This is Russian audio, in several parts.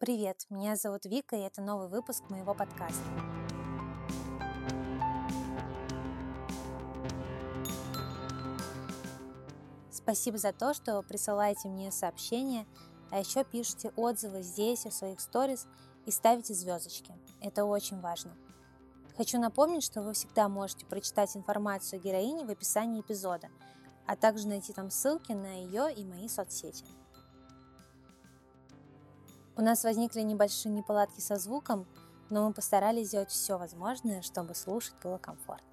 Привет, меня зовут Вика, и это новый выпуск моего подкаста. Спасибо за то, что присылаете мне сообщения, а еще пишите отзывы здесь, в своих сторис и ставите звездочки. Это очень важно. Хочу напомнить, что вы всегда можете прочитать информацию о героине в описании эпизода, а также найти там ссылки на ее и мои соцсети. У нас возникли небольшие неполадки со звуком, но мы постарались сделать все возможное, чтобы слушать было комфортно.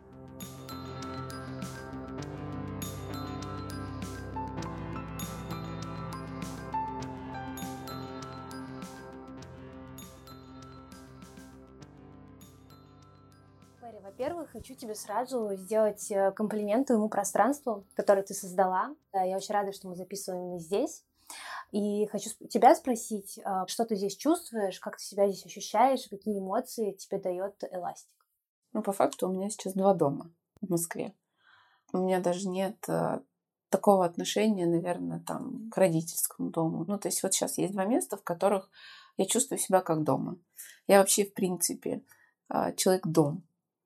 Во-первых, хочу тебе сразу сделать комплимент твоему пространству, которое ты создала. Я очень рада, что мы записываем именно здесь. И хочу тебя спросить, что ты здесь чувствуешь, как ты себя здесь ощущаешь, какие эмоции тебе дает Эластик? По факту у меня сейчас 2 дома в Москве. У меня даже нет такого отношения, наверное, там, к родительскому дому. То есть вот сейчас есть 2 места, в которых я чувствую себя как дома. Я вообще, в принципе, человек-дом.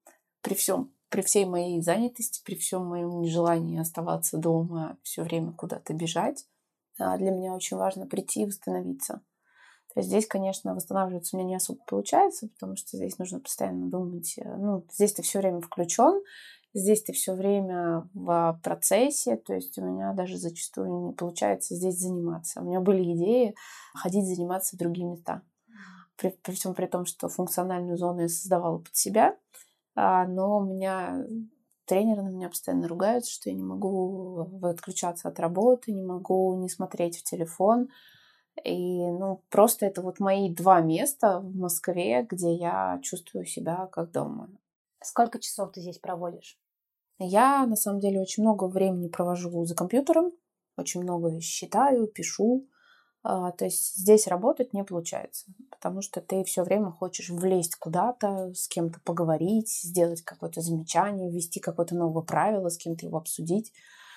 При всей моей занятости, при всем моем нежелании оставаться дома, все время куда-то бежать, для меня очень важно прийти и восстановиться. То есть здесь, конечно, восстанавливаться у меня не особо получается, потому что здесь нужно постоянно думать. Здесь ты все время включен, здесь ты все время в процессе, то есть у меня даже зачастую не получается здесь заниматься. У меня были идеи ходить заниматься в другие места. При всем при том, что функциональную зону я создавала под себя, но у меня тренеры на меня постоянно ругаются, что я не могу отключаться от работы, не могу не смотреть в телефон. И, просто это вот мои 2 места в Москве, где я чувствую себя как дома. Сколько часов ты здесь проводишь? Я, на самом деле, очень много времени провожу за компьютером, очень много считаю, пишу. То есть здесь работать не получается, потому что ты все время хочешь влезть куда-то, с кем-то поговорить, сделать какое-то замечание, ввести какое-то новое правило, с кем-то его обсудить.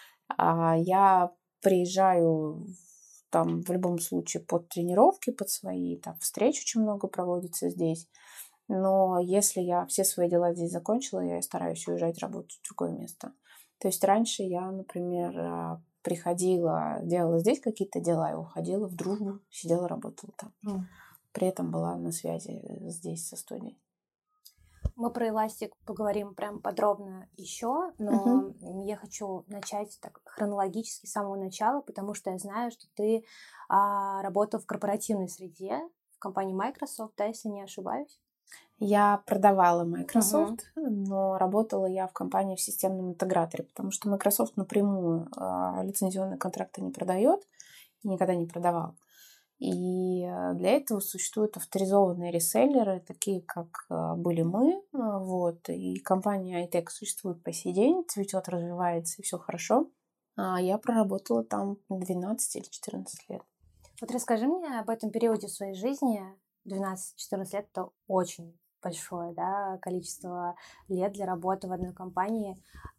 Я приезжаю там в любом случае под тренировки, под свои, там встреч очень много проводится здесь. Но если я все свои дела здесь закончила, я стараюсь уезжать работать в другое место. То есть раньше я, например, приходила, делала здесь какие-то дела и уходила в дружбу, сидела, работала там. При этом была на связи здесь со студией. Мы про эластик поговорим прям подробно еще, но я хочу начать так хронологически с самого начала, потому что я знаю, что ты работала в корпоративной среде в компании Microsoft, да, если не ошибаюсь. Я продавала Microsoft, но работала я в компании в системном интеграторе, потому что Microsoft напрямую лицензионные контракты не продает и никогда не продавал. И для этого существуют авторизованные реселлеры, такие как были мы. И компания iTech существует по сей день, цветет, развивается, и все хорошо. Я проработала там 12 или 14 лет. Вот расскажи мне об этом периоде в своей жизни. 12-14 лет – это очень большое, да, количество лет для работы в одной компании.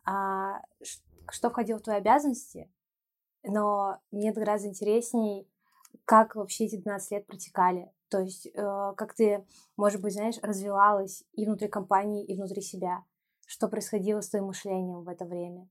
Что входило в твои обязанности? Но мне гораздо интересней, как вообще эти 12 лет протекали. То есть как ты, может быть, знаешь, развивалась и внутри компании, и внутри себя. Что происходило с твоим мышлением в это время?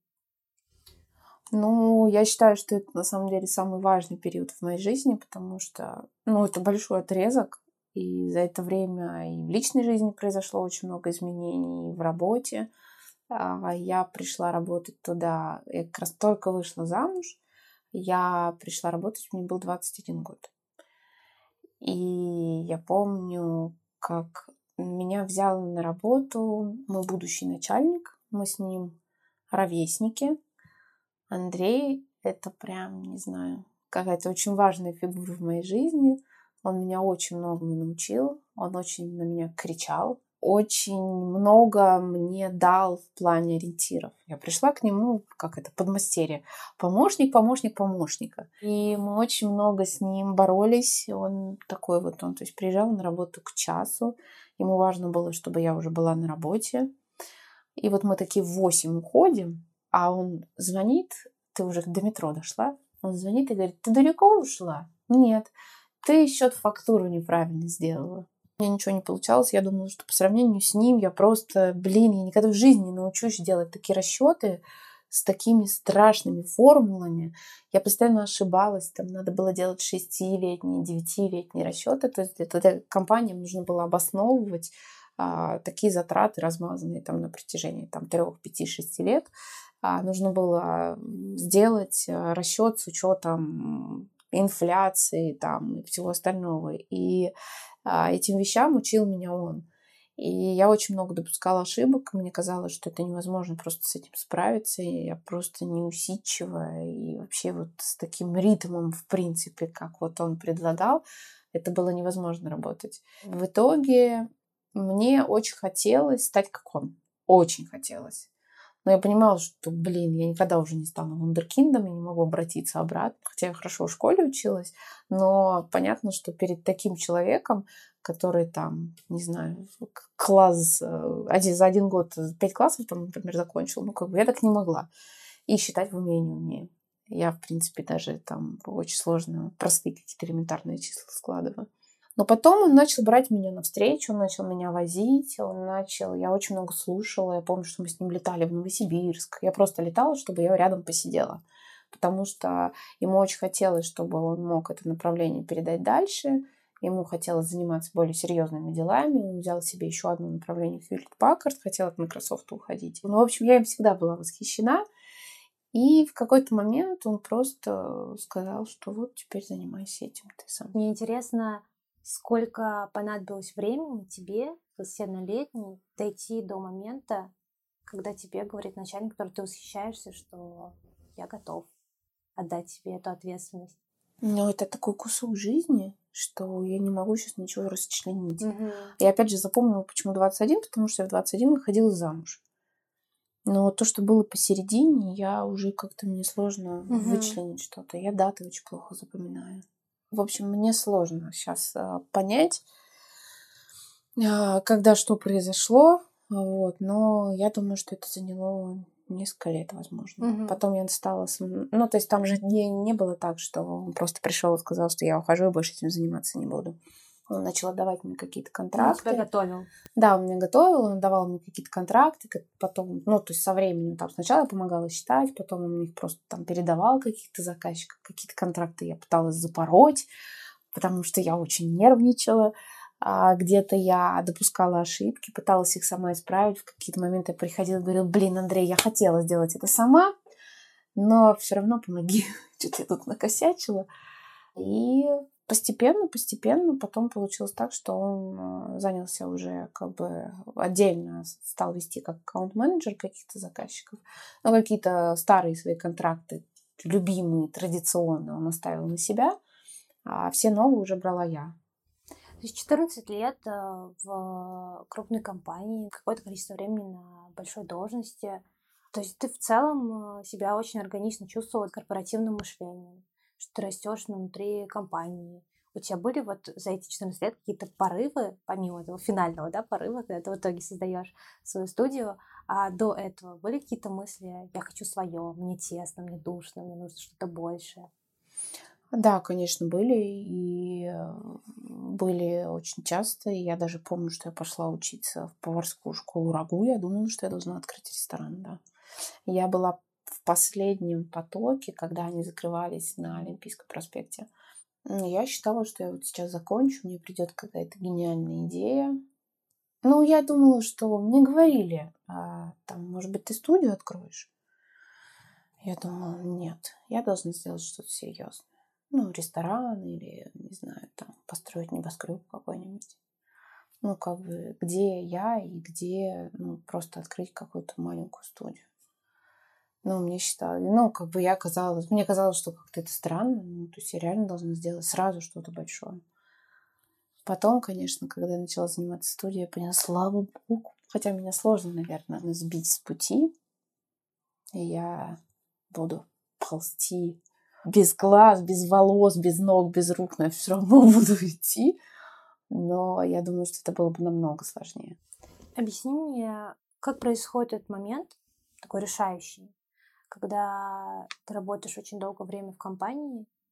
Я считаю, что это на самом деле самый важный период в моей жизни, потому что, это большой отрезок, и за это время и в личной жизни произошло очень много изменений, и в работе. Я пришла работать туда, я как раз только вышла замуж, я пришла работать, мне был 21 год. И я помню, как меня взял на работу мой будущий начальник, мы с ним ровесники. Андрей – это прям, не знаю, какая-то очень важная фигура в моей жизни. Он меня очень многому научил, он очень на меня кричал, очень много мне дал в плане ориентиров. Я пришла к нему, подмастерье, помощник помощника. И мы очень много с ним боролись. Он такой то есть приезжал на работу к часу, ему важно было, чтобы я уже была на работе. И мы такие в 8 уходим, а он звонит, ты уже до метро дошла, он звонит и говорит: ты далеко ушла? Нет. ты счет-фактуру неправильно сделала. У меня ничего не получалось. Я думала, что по сравнению с ним я просто, я никогда в жизни не научусь делать такие расчеты с такими страшными формулами. Я постоянно ошибалась. Там надо было делать 6-летние, 9-летние расчеты. То есть это компаниям нужно было обосновывать такие затраты, размазанные там на протяжении 3, 5, 6 лет. Нужно было сделать расчет с учетом инфляции там, и всего остального. И этим вещам учил меня он. И я очень много допускала ошибок. Мне казалось, что это невозможно просто с этим справиться. И я просто неусидчивая. И вообще вот с таким ритмом, в принципе, как вот он предлагал, это было невозможно работать. В итоге мне очень хотелось стать как он. Очень хотелось. Но я понимала, что, я никогда уже не стану вундеркиндом, я не могу обратиться обратно. Хотя я хорошо в школе училась, но понятно, что перед таким человеком, который там, не знаю, класс, за 1 год 5 классов, там, например, закончил, я так не могла. И считать в уме не умею. Я, в принципе, даже там очень сложно простые какие-то элементарные числа складываю. Но потом он начал брать меня навстречу, он начал меня возить, я очень много слушала. Я помню, что мы с ним летали в Новосибирск. Я просто летала, чтобы я рядом посидела. Потому что ему очень хотелось, чтобы он мог это направление передать дальше. Ему хотелось заниматься более серьезными делами. Он взял себе еще одно направление в Hewlett-Packard, хотел от Microsoft уходить. В общем, я им всегда была восхищена. И в какой-то момент он просто сказал, что вот теперь занимайся этим ты сам. Мне интересно, сколько понадобилось времени тебе, 21-летней, дойти до момента, когда тебе говорит начальник, которым ты восхищаешься, что я готов отдать тебе эту ответственность. Но это такой кусок жизни, что я не могу сейчас ничего расчленить. Угу. Я опять же запомнила, почему 21, потому что я в 21 выходила замуж. Но то, что было посередине, я уже как-то мне сложно вычленить что-то. Я даты очень плохо запоминаю. В общем, мне сложно сейчас понять, когда что произошло. Но я думаю, что это заняло несколько лет, возможно. Угу. Потом я стала... то есть там же не было так, что он просто пришел и сказал, что я ухожу и больше этим заниматься не буду. Он начал отдавать мне какие-то контракты. Он тебя готовил. Да, он меня готовил, он давал мне какие-то контракты, потом, то есть со временем там сначала я помогала считать, потом он мне их просто там передавал каких-то заказчиков, какие-то контракты я пыталась запороть, потому что я очень нервничала, где-то я допускала ошибки, пыталась их сама исправить, в какие-то моменты я приходила и говорила, Андрей, я хотела сделать это сама, но все равно помоги, что-то я тут накосячила. И постепенно потом получилось так, что он занялся уже отдельно, стал вести как аккаунт-менеджер каких-то заказчиков. Но какие-то старые свои контракты, любимые, традиционно, он оставил на себя, а все новые уже брала я. То есть 14 лет в крупной компании, какое-то количество времени на большой должности. То есть ты в целом себя очень органично чувствовала корпоративным мышлением, что ты растешь внутри компании. У тебя были вот за эти 14 лет какие-то порывы, помимо этого финального, порыва, когда ты в итоге создаешь свою студию, а до этого были какие-то мысли, я хочу свое, мне тесно, мне душно, мне нужно что-то большее? Да, конечно, были. И были очень часто. И я даже помню, что я пошла учиться в поварскую школу РАГУ. Я думала, что я должна открыть ресторан, да. Я была в последнем потоке, когда они закрывались на Олимпийском проспекте. Я считала, что я вот сейчас закончу, мне придет какая-то гениальная идея. Я думала, что мне говорили, может быть, ты студию откроешь? Я думала, нет, я должна сделать что-то серьезное. Ресторан или, не знаю, построить небоскреб какой-нибудь. Где я и где, просто открыть какую-то маленькую студию. Мне казалось, что как-то это странно. То есть я реально должна сделать сразу что-то большое. Потом, конечно, когда я начала заниматься студией, я поняла, слава богу. Хотя меня сложно, наверное, сбить с пути. И я буду ползти без глаз, без волос, без ног, без рук, но я все равно буду идти. Но я думаю, что это было бы намного сложнее. Объясни мне, как происходит этот момент, такой решающий, когда ты работаешь очень долгое время в компании,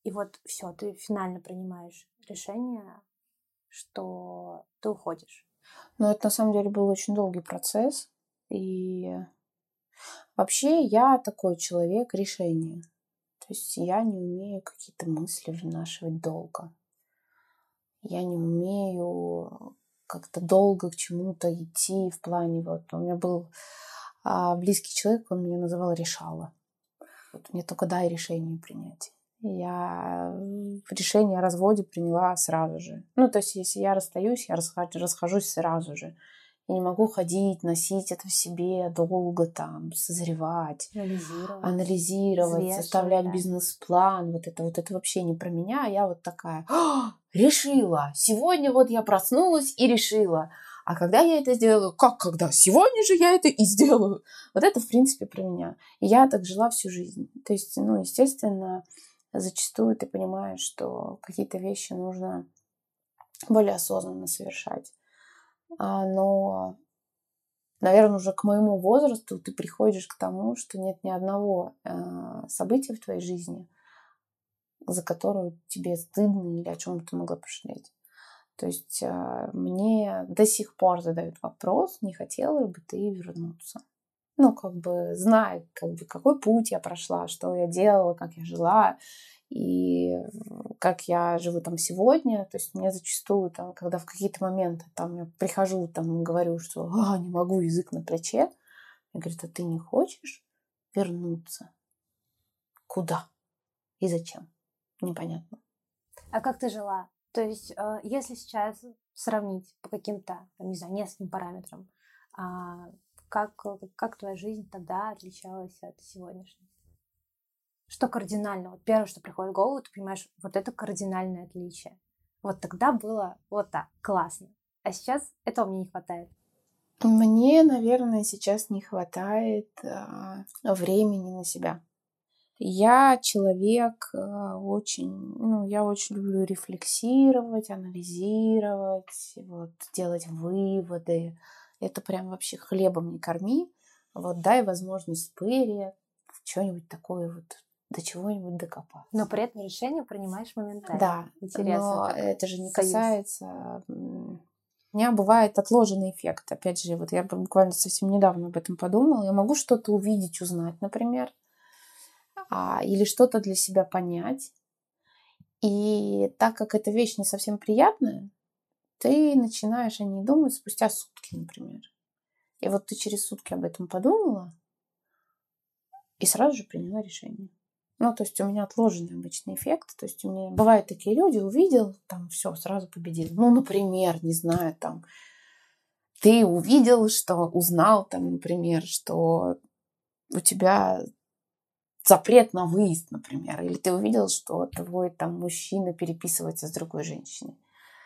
и вот все, ты финально принимаешь решение, что ты уходишь. Но это на самом деле был очень долгий процесс. И вообще я такой человек решения. То есть я не умею какие-то мысли вынашивать долго. Я не умею как-то долго к чему-то идти в плане. Вот у меня был близкий человек, он меня называл решала. Вот мне только дай решение принять. Я решение о разводе приняла сразу же. Ну, то есть, если я расстаюсь, я расхожусь сразу же. Я не могу ходить, носить это в себе долго, там, созревать, анализировать, составлять бизнес-план. Вот это вообще не про меня. А я вот такая, решила. Сегодня вот я проснулась и решила. А когда я это сделаю? Как когда? Сегодня же я это и сделаю. Вот это, в принципе, про меня. И я так жила всю жизнь. То есть, ну, естественно, зачастую ты понимаешь, что какие-то вещи нужно более осознанно совершать. Но, наверное, уже к моему возрасту ты приходишь к тому, что нет ни одного события в твоей жизни, за которое тебе стыдно или о чем ты могла пожалеть. То есть мне до сих пор задают вопрос, не хотела бы ты вернуться. Ну, как бы, зная, как бы, какой путь я прошла, что я делала, как я жила, и как я живу там сегодня. То есть мне зачастую, там, когда в какие-то моменты там, я прихожу там, и говорю, что не могу, язык на плече, я говорю, а ты не хочешь вернуться? Куда? И зачем? Непонятно. А как ты жила? То есть, если сейчас сравнить по каким-то, не знаю, нескольким параметрам, как твоя жизнь тогда отличалась от сегодняшней? Что кардинально? Вот первое, что приходит в голову, ты понимаешь, вот это кардинальное отличие. Вот тогда было вот так, классно. А сейчас этого мне не хватает. Мне, наверное, сейчас не хватает времени на себя. Я человек я очень люблю рефлексировать, анализировать, вот, делать выводы. Это прям вообще хлебом не корми. Вот дай возможность пыре в что-нибудь такое вот, до чего-нибудь докопаться. Но при этом решение принимаешь моментально. Да, интересно. Но это же не касается... У меня бывает отложенный эффект. Опять же, вот я буквально совсем недавно об этом подумала. Я могу что-то увидеть, узнать, например, или что-то для себя понять. И так как эта вещь не совсем приятная, ты начинаешь о ней думать спустя сутки, например. И вот ты через сутки об этом подумала и сразу же приняла решение. Ну, то есть у меня отложенный обычный эффект. То есть у меня бывают такие люди, увидел, там все, сразу победил. Ну, например, не знаю, там, ты увидел, что узнал, там, например, что у тебя запрет на выезд, например, или ты увидел, что твой там мужчина переписывается с другой женщиной.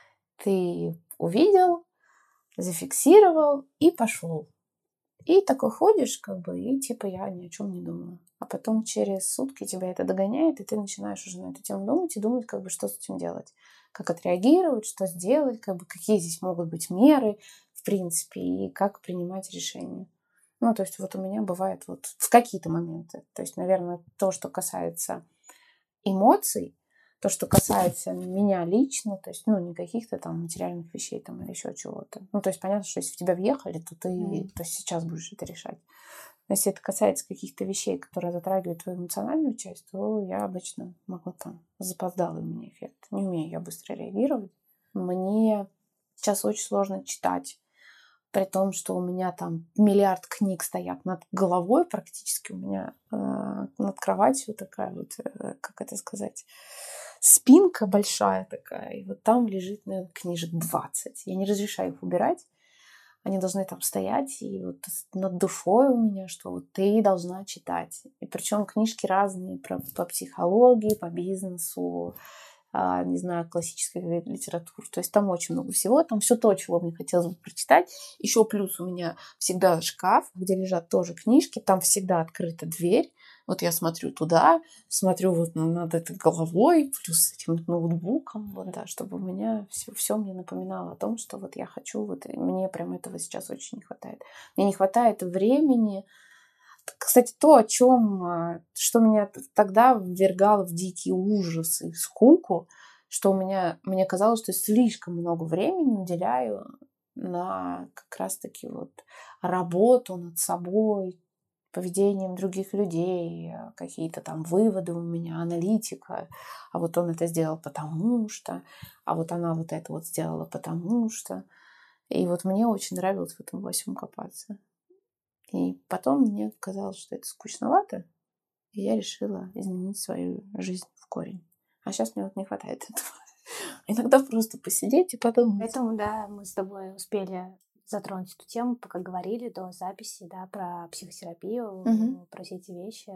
Ты увидел, зафиксировал и пошел. И такой ходишь, как бы, и типа я ни о чем не думаю. А потом через сутки тебя это догоняет, и ты начинаешь уже на эту тему думать и думать, как бы, что с этим делать. Как отреагировать, что сделать, как бы, какие здесь могут быть меры, в принципе, и как принимать решения. Ну, то есть вот у меня бывает вот в какие-то моменты. То есть, наверное, то, что касается эмоций, то, что касается меня лично, то есть, не каких-то там материальных вещей там или еще чего-то. Ну, то есть, понятно, что если в тебя въехали, то ты то есть сейчас будешь это решать. Но если это касается каких-то вещей, которые затрагивают твою эмоциональную часть, то я обычно могу там запоздалый у меня эффект. Не умею я быстро реагировать. Мне сейчас очень сложно читать, при том, что у меня там миллиард книг стоят над головой практически. У меня над кроватью такая вот, как это сказать, спинка большая такая. И вот там лежит, наверное, книжек 20. Я не разрешаю их убирать. Они должны там стоять. И вот над душой у меня, что вот ты должна читать. И причем книжки разные по психологии, по бизнесу, не знаю, классической литературы. То есть там очень много всего. Там все то, чего мне хотелось бы прочитать. Еще плюс у меня всегда шкаф, где лежат тоже книжки. Там всегда открыта дверь. Вот я смотрю туда, смотрю вот над этой головой, плюс с этим ноутбуком, вот, да, чтобы у меня все мне напоминало о том, что вот я хочу, вот, и мне прям этого сейчас очень не хватает. Мне не хватает времени Кстати, то, о чем, что меня тогда ввергало в дикий ужас и скуку, что мне казалось, что я слишком много времени уделяю на как раз-таки вот работу над собой, поведением других людей, какие-то там выводы у меня, аналитика. А вот он это сделал потому что, а вот она вот это вот сделала потому что. И вот мне очень нравилось в этом во всем копаться. И потом мне казалось, что это скучновато, и я решила изменить свою жизнь в корень. А сейчас мне вот не хватает этого. Иногда просто посидеть и подумать. Поэтому, да, мы с тобой успели затронуть эту тему, пока говорили до записи, да, про Мгм. психотерапию, про все эти вещи.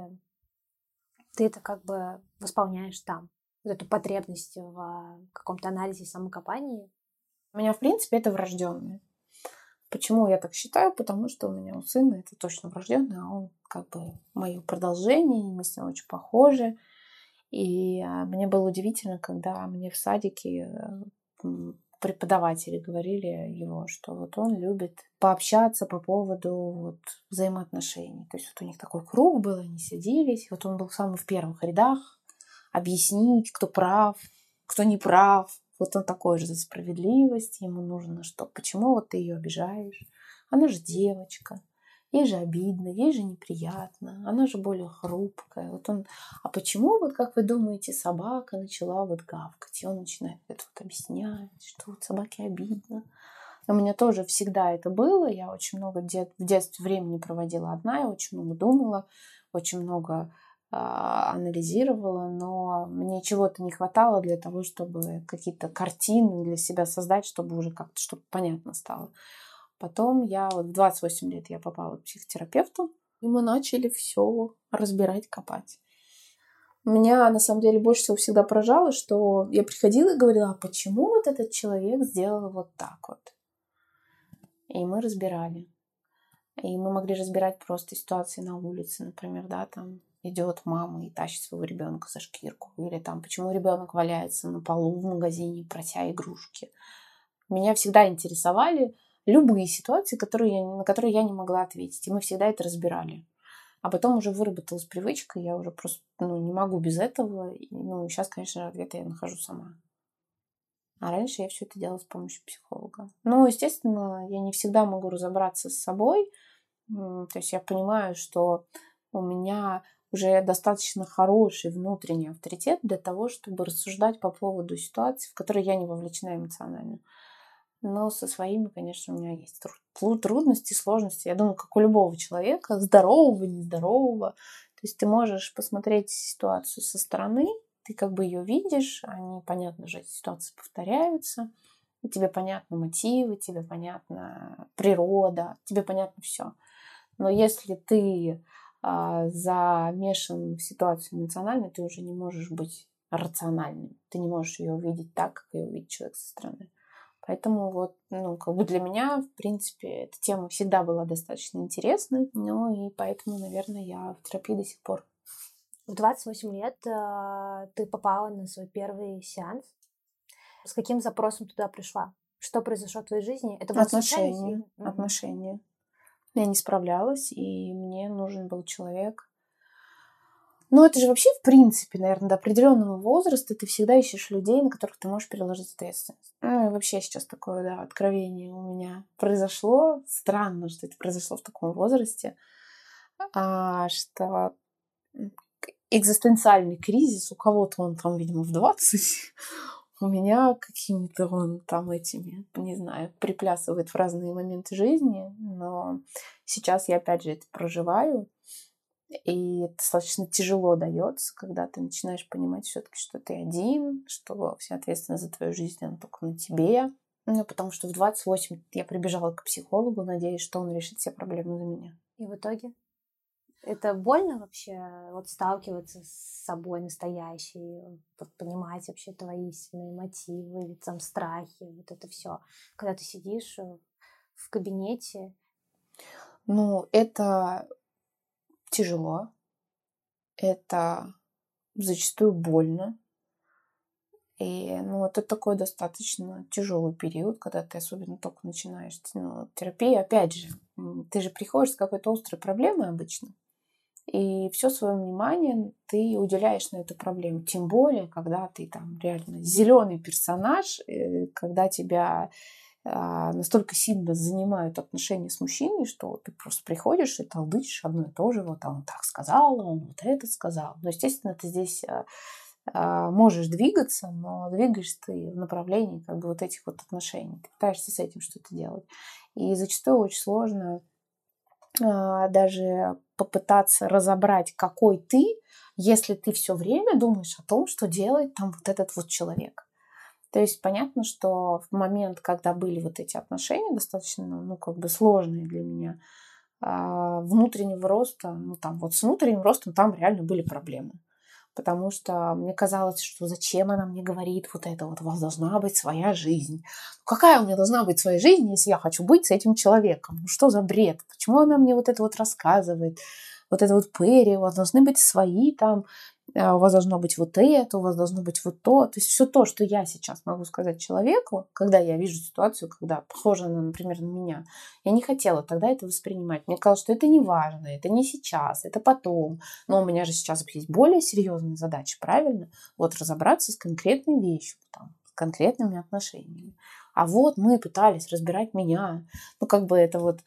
Ты это как бы восполняешь там, вот эту потребность в каком-то анализе и самокопании. У меня, в принципе, это врожденное. Почему я так считаю? Потому что у меня у сына это точно врожденное, а он как бы мое продолжение, и мы с ним очень похожи. И мне было удивительно, когда мне в садике преподаватели говорили его, что вот он любит пообщаться по поводу вот взаимоотношений. То есть вот у них такой круг был, они садились, вот он был самый в первых рядах, объяснить, кто прав, кто не прав. Вот он такой же за справедливость, ему нужно, что почему вот ты ее обижаешь? Она же девочка, ей же обидно, ей же неприятно, она же более хрупкая. Вот он, а почему, вот как вы думаете, собака начала вот гавкать? И он начинает это вот объяснять, что вот собаке обидно. У меня тоже всегда это было. Я очень много в детстве времени проводила одна, я очень много думала, очень много анализировала, но мне чего-то не хватало для того, чтобы какие-то картины для себя создать, чтобы уже как-то, чтобы понятно стало. Потом я вот в 28 лет я попала к психотерапевту, и мы начали все разбирать, копать. Меня на самом деле больше всего всегда поражало, что я приходила и говорила, а почему вот этот человек сделал вот так вот? И мы разбирали. И мы могли разбирать просто ситуации на улице, например, да, там идет мама и тащит своего ребенка за шкирку, или там почему ребенок валяется на полу в магазине, прося игрушки. Меня всегда интересовали любые ситуации, на которые я не могла ответить, и мы всегда это разбирали. А потом уже выработалась привычка, я уже просто не могу без этого. И, сейчас, конечно, ответы я нахожу сама. А раньше я все это делала с помощью психолога. Ну, естественно, я не всегда могу разобраться с собой. То есть я понимаю, что у меня уже достаточно хороший внутренний авторитет для того, чтобы рассуждать по поводу ситуации, в которой я не вовлечена эмоционально. Но со своими, конечно, у меня есть трудности, сложности. Я думаю, как у любого человека, здорового, нездорового. То есть ты можешь посмотреть ситуацию со стороны, ты как бы ее видишь, они, понятно же, эти ситуации повторяются, и тебе понятны мотивы, тебе понятна природа, тебе понятно все. Но если ты замешан в ситуацию эмоционально, ты уже не можешь быть рациональным. Ты не можешь ее увидеть так, как ее увидит человек со стороны. Поэтому вот, как бы для меня, в принципе, эта тема всегда была достаточно интересной, и поэтому, наверное, я в терапии до сих пор. В 28 лет ты попала на свой первый сеанс. С каким запросом туда пришла? Что произошло в твоей жизни? Это было случайность? Отношения. Я не справлялась, и мне нужен был человек. Но это же вообще, в принципе, наверное, до определенного возраста ты всегда ищешь людей, на которых ты можешь переложить ответственность. И вообще сейчас такое, да, откровение у меня произошло. Странно, что это произошло в таком возрасте. Что экзистенциальный кризис, у кого-то он там, видимо, в 20, у меня какими-то он там этими, не знаю, приплясывает в разные моменты жизни, но сейчас я опять же это проживаю, и достаточно тяжело дается, когда ты начинаешь понимать все-таки, что ты один, что вся ответственность за твою жизнь, она только на тебе. Потому что в 28 я прибежала к психологу, надеясь, что он решит все проблемы за меня. И в итоге? Это больно вообще вот сталкиваться с собой настоящей, вот понимать вообще твои истинные мотивы, или там страхи, вот это все, когда ты сидишь в кабинете. Это тяжело, это зачастую больно. И это такой достаточно тяжелый период, когда ты особенно только начинаешь терапию. Опять же, ты же приходишь с какой-то острой проблемой обычно. И все свое внимание ты уделяешь на эту проблему. Тем более, когда ты там реально зеленый персонаж, когда тебя настолько сильно занимают отношения с мужчиной, что ты просто приходишь и толдычишь одно и то же. Вот он так сказал, он вот это сказал. Но, естественно, ты здесь можешь двигаться, но двигаешься ты в направлении как бы вот этих вот отношений. Ты пытаешься с этим что-то делать. И зачастую очень сложно даже попытаться разобрать, какой ты, если ты все время думаешь о том, что делает там вот этот вот человек. То есть понятно, что в момент, когда были вот эти отношения достаточно, ну, как бы сложные для меня, внутреннего роста, ну, там вот с внутренним ростом там реально были проблемы. Потому что мне казалось, что зачем она мне говорит вот это вот, у вас должна быть своя жизнь. Какая у меня должна быть своя жизнь, если я хочу быть с этим человеком? Ну что за бред? Почему она мне вот это вот рассказывает? Вот это вот Перри, у вас должны быть свои там, у вас должно быть вот это, у вас должно быть вот то. То есть все то, что я сейчас могу сказать человеку, когда я вижу ситуацию, когда похожа она, например, на меня, я не хотела тогда это воспринимать. Мне казалось, что это не важно, это не сейчас, это потом. Но у меня же сейчас есть более серьезные задачи, правильно? Вот разобраться с конкретной вещью, там, с конкретными отношениями. А вот мы пытались разбирать меня. Ну, как бы это вот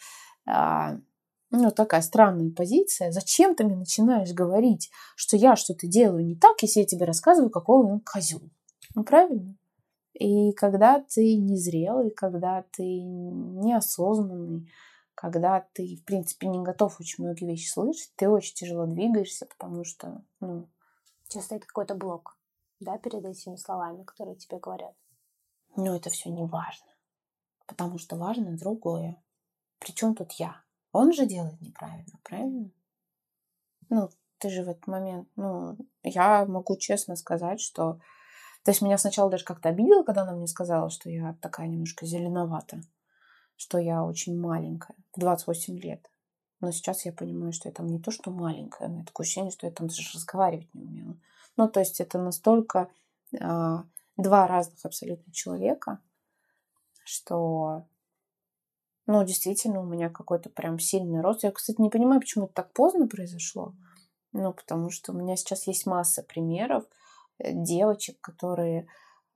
ну, такая странная позиция. Зачем ты мне начинаешь говорить, что я что-то делаю не так, если я тебе рассказываю, какой он козел? Ну, правильно? И когда ты незрелый, когда ты неосознанный, когда ты, в принципе, не готов очень многие вещи слышать, ты очень тяжело двигаешься, потому что, ну... Часто это какой-то блок, да, перед этими словами, которые тебе говорят. Ну, это все не важно, потому что важно другое. Причем тут я? Он же делает неправильно, правильно? Ну, ты же в этот момент, ну, я могу честно сказать, что... То есть меня сначала даже как-то обидело, когда она мне сказала, что я такая немножко зеленовата, что я очень маленькая, в 28 лет. Но сейчас я понимаю, что я там не то, что маленькая, у меня такое ощущение, что я там даже разговаривать не умела. Ну, то есть это настолько два разных абсолютно человека, что, ну, действительно, у меня какой-то прям сильный рост. Я, кстати, не понимаю, почему это так поздно произошло. Ну, потому что у меня сейчас есть масса примеров девочек, которые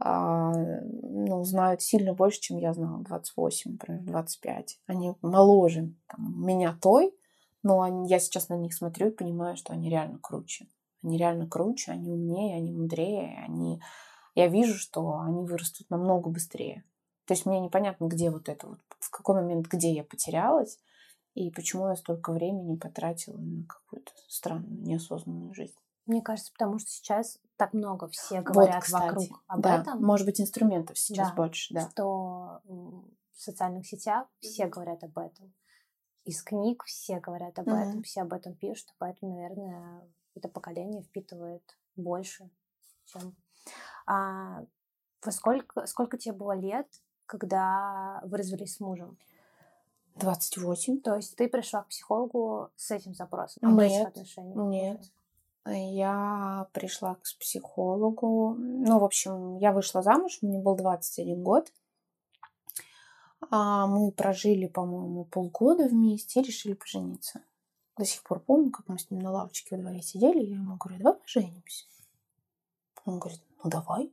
ну, знают сильно больше, чем я знала, 28, например, 25. Они моложе там, меня той, но я сейчас на них смотрю и понимаю, что они реально круче. Они реально круче, они умнее, они мудрее, я вижу, что они вырастут намного быстрее. То есть мне непонятно, где вот это вот, в какой момент, где я потерялась, и почему я столько времени потратила на какую-то странную, неосознанную жизнь. Мне кажется, потому что сейчас так много все Вот, говорят кстати, вокруг об да, этом, может быть, инструментов сейчас да, больше, да. что в социальных сетях все говорят об этом. Из книг все говорят об этом, все об этом пишут, поэтому, наверное, это поколение впитывает больше, чем... А сколько тебе было лет, когда вы развелись с мужем? 28. То есть ты пришла к психологу с этим запросом об этих Нет, отношениях? нет. Я пришла к психологу. Ну, в общем, я вышла замуж, мне был 21 год. Мы прожили, по-моему, полгода вместе и решили пожениться. До сих пор помню, как мы с ним на лавочке во дворе сидели. Я ему говорю, давай поженимся. Он говорит, ну давай.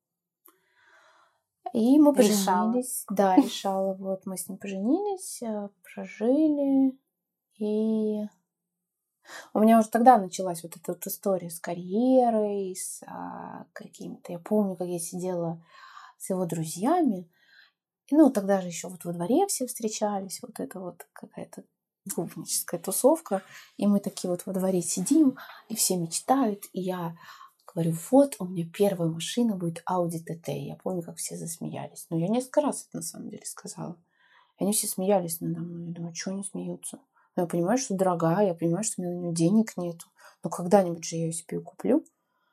И мы поженились. Да, решала. Вот мы с ним поженились, прожили. И у меня уже тогда началась вот эта вот история с карьерой, с какими-то... Я помню, как я сидела с его друзьями. И, ну, тогда же еще вот во дворе все встречались. Вот это вот какая-то клубническая тусовка. И мы такие вот во дворе сидим, и все мечтают. И я говорю, вот у меня первая машина будет Audi TT. Я помню, как все засмеялись. Но я несколько раз это на самом деле сказала. И они все смеялись надо мной. Я думаю, что они смеются? Но я понимаю, что дорогая, я понимаю, что у меня на нее денег нету. Но когда-нибудь же я ее себе куплю.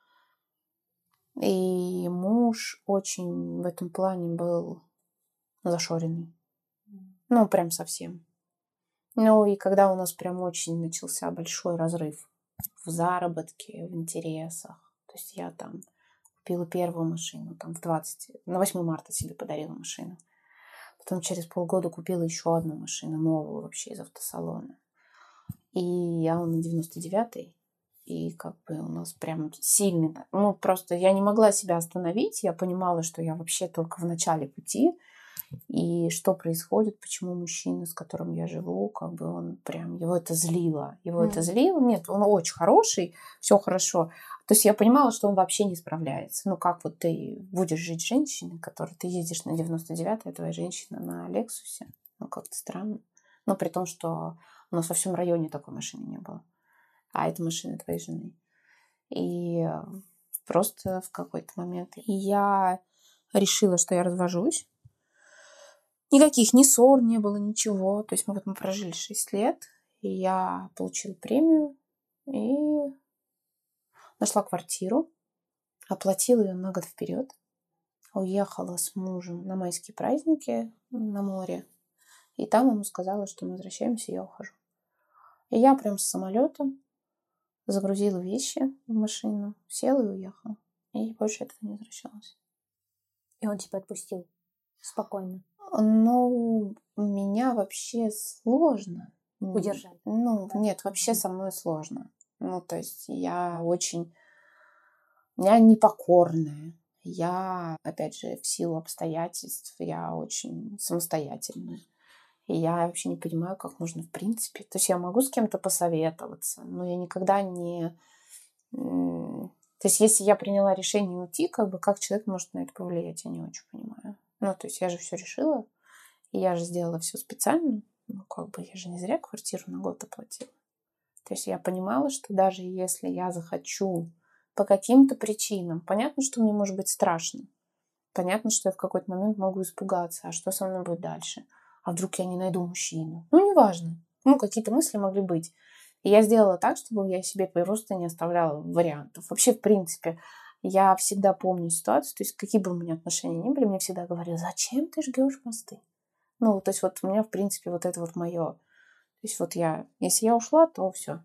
И муж очень в этом плане был зашоренный. Ну, прям совсем. Ну, и когда у нас прям очень начался большой разрыв в заработке, в интересах. То есть я там купила первую машину, там на 8 марта себе подарила машину. Потом через полгода купила еще одну машину, новую вообще из автосалона. а он на 99-й. И как бы у нас прям сильный... Ну, просто я не могла себя остановить. Я понимала, что я вообще только в начале пути. И что происходит, почему мужчина, с которым я живу, как бы он прям... Его это злило. Нет, он очень хороший, все хорошо. То есть я понимала, что он вообще не справляется. Ну, как вот ты будешь жить с женщиной, которой ты ездишь на 99-й, а твоя женщина на Лексусе. Ну, как-то странно. Но при том, что у нас во всем районе такой машины не было. А это машина твоей жены. И просто в какой-то момент я решила, что я развожусь. Никаких ни ссор не было, ничего. То есть мы прожили 6 лет, и я получила премию и нашла квартиру, оплатила ее на год вперед, уехала с мужем на майские праздники на море, и там ему сказала, что мы возвращаемся, и я ухожу. И я прям с самолета загрузила вещи в машину, села и уехала. И больше этого не возвращалась. И он тебя отпустил спокойно? Ну, меня вообще сложно. Удержать? Ну, нет, вообще со мной сложно. Ну, то есть я непокорная. Я, опять же, в силу обстоятельств, я очень самостоятельная. И я вообще не понимаю, как можно в принципе. То есть я могу с кем-то посоветоваться, но я никогда не... То есть если я приняла решение уйти, как человек может на это повлиять, я не очень понимаю. Ну, то есть я же все решила, и я же сделала все специально. Ну, я же не зря квартиру на год оплатила. То есть я понимала, что даже если я захочу по каким-то причинам, понятно, что мне может быть страшно. Понятно, что я в какой-то момент могу испугаться, а что со мной будет дальше? А вдруг я не найду мужчину? Ну, неважно. Ну, какие-то мысли могли быть. И я сделала так, чтобы я себе просто не оставляла вариантов. Вообще, в принципе, я всегда помню ситуацию, то есть какие бы у меня отношения ни были, мне всегда говорили, зачем ты жгешь мосты? Ну, то есть у меня, в принципе, это мое. То есть если я ушла, то все.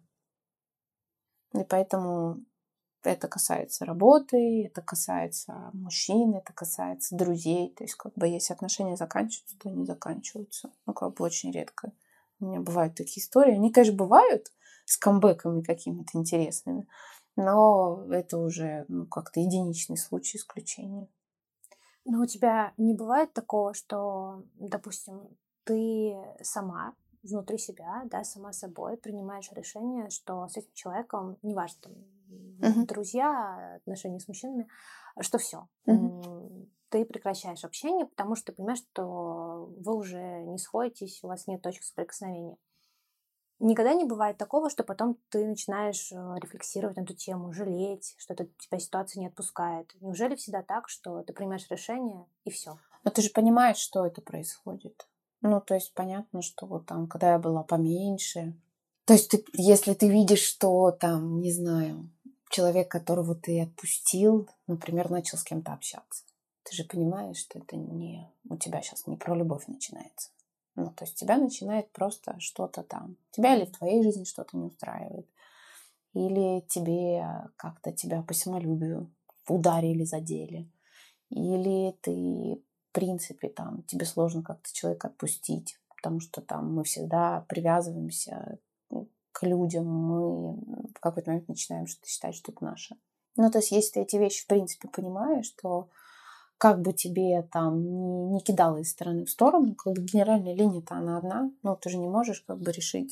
И поэтому это касается работы, это касается мужчин, это касается друзей. То есть если отношения заканчиваются, то они заканчиваются. Ну, очень редко. У меня бывают такие истории. Они, конечно, бывают с камбэками какими-то интересными, но это уже как-то единичный случай, исключение. Но у тебя не бывает такого, что, допустим, ты сама внутри себя, да, сама собой принимаешь решение, что с этим человеком, неважно, там, друзья, отношения с мужчинами, что все, ты прекращаешь общение, потому что ты понимаешь, что вы уже не сходитесь, у вас нет точек соприкосновения. Никогда не бывает такого, что потом ты начинаешь рефлексировать на эту тему, жалеть, что тебя ситуация не отпускает. Неужели всегда так, что ты принимаешь решение и все? Но ты же понимаешь, что это происходит. Ну, то есть понятно, что когда я была поменьше, то есть если ты видишь, что не знаю, человек, которого ты отпустил, например, начал с кем-то общаться, ты же понимаешь, что это не у тебя сейчас не про любовь начинается. Ну, то есть тебя начинает просто что-то там. Тебя или в твоей жизни что-то не устраивает. Или тебя по самолюбию ударили, задели. Или ты, в принципе, тебе сложно как-то человека отпустить, потому что мы всегда привязываемся к людям, мы в какой-то момент начинаем считать, что это наше. Ну, то есть, если ты эти вещи, в принципе, понимаешь, то как бы тебе не кидало из стороны в сторону, генеральная линия-то она одна, но ты же не можешь решить.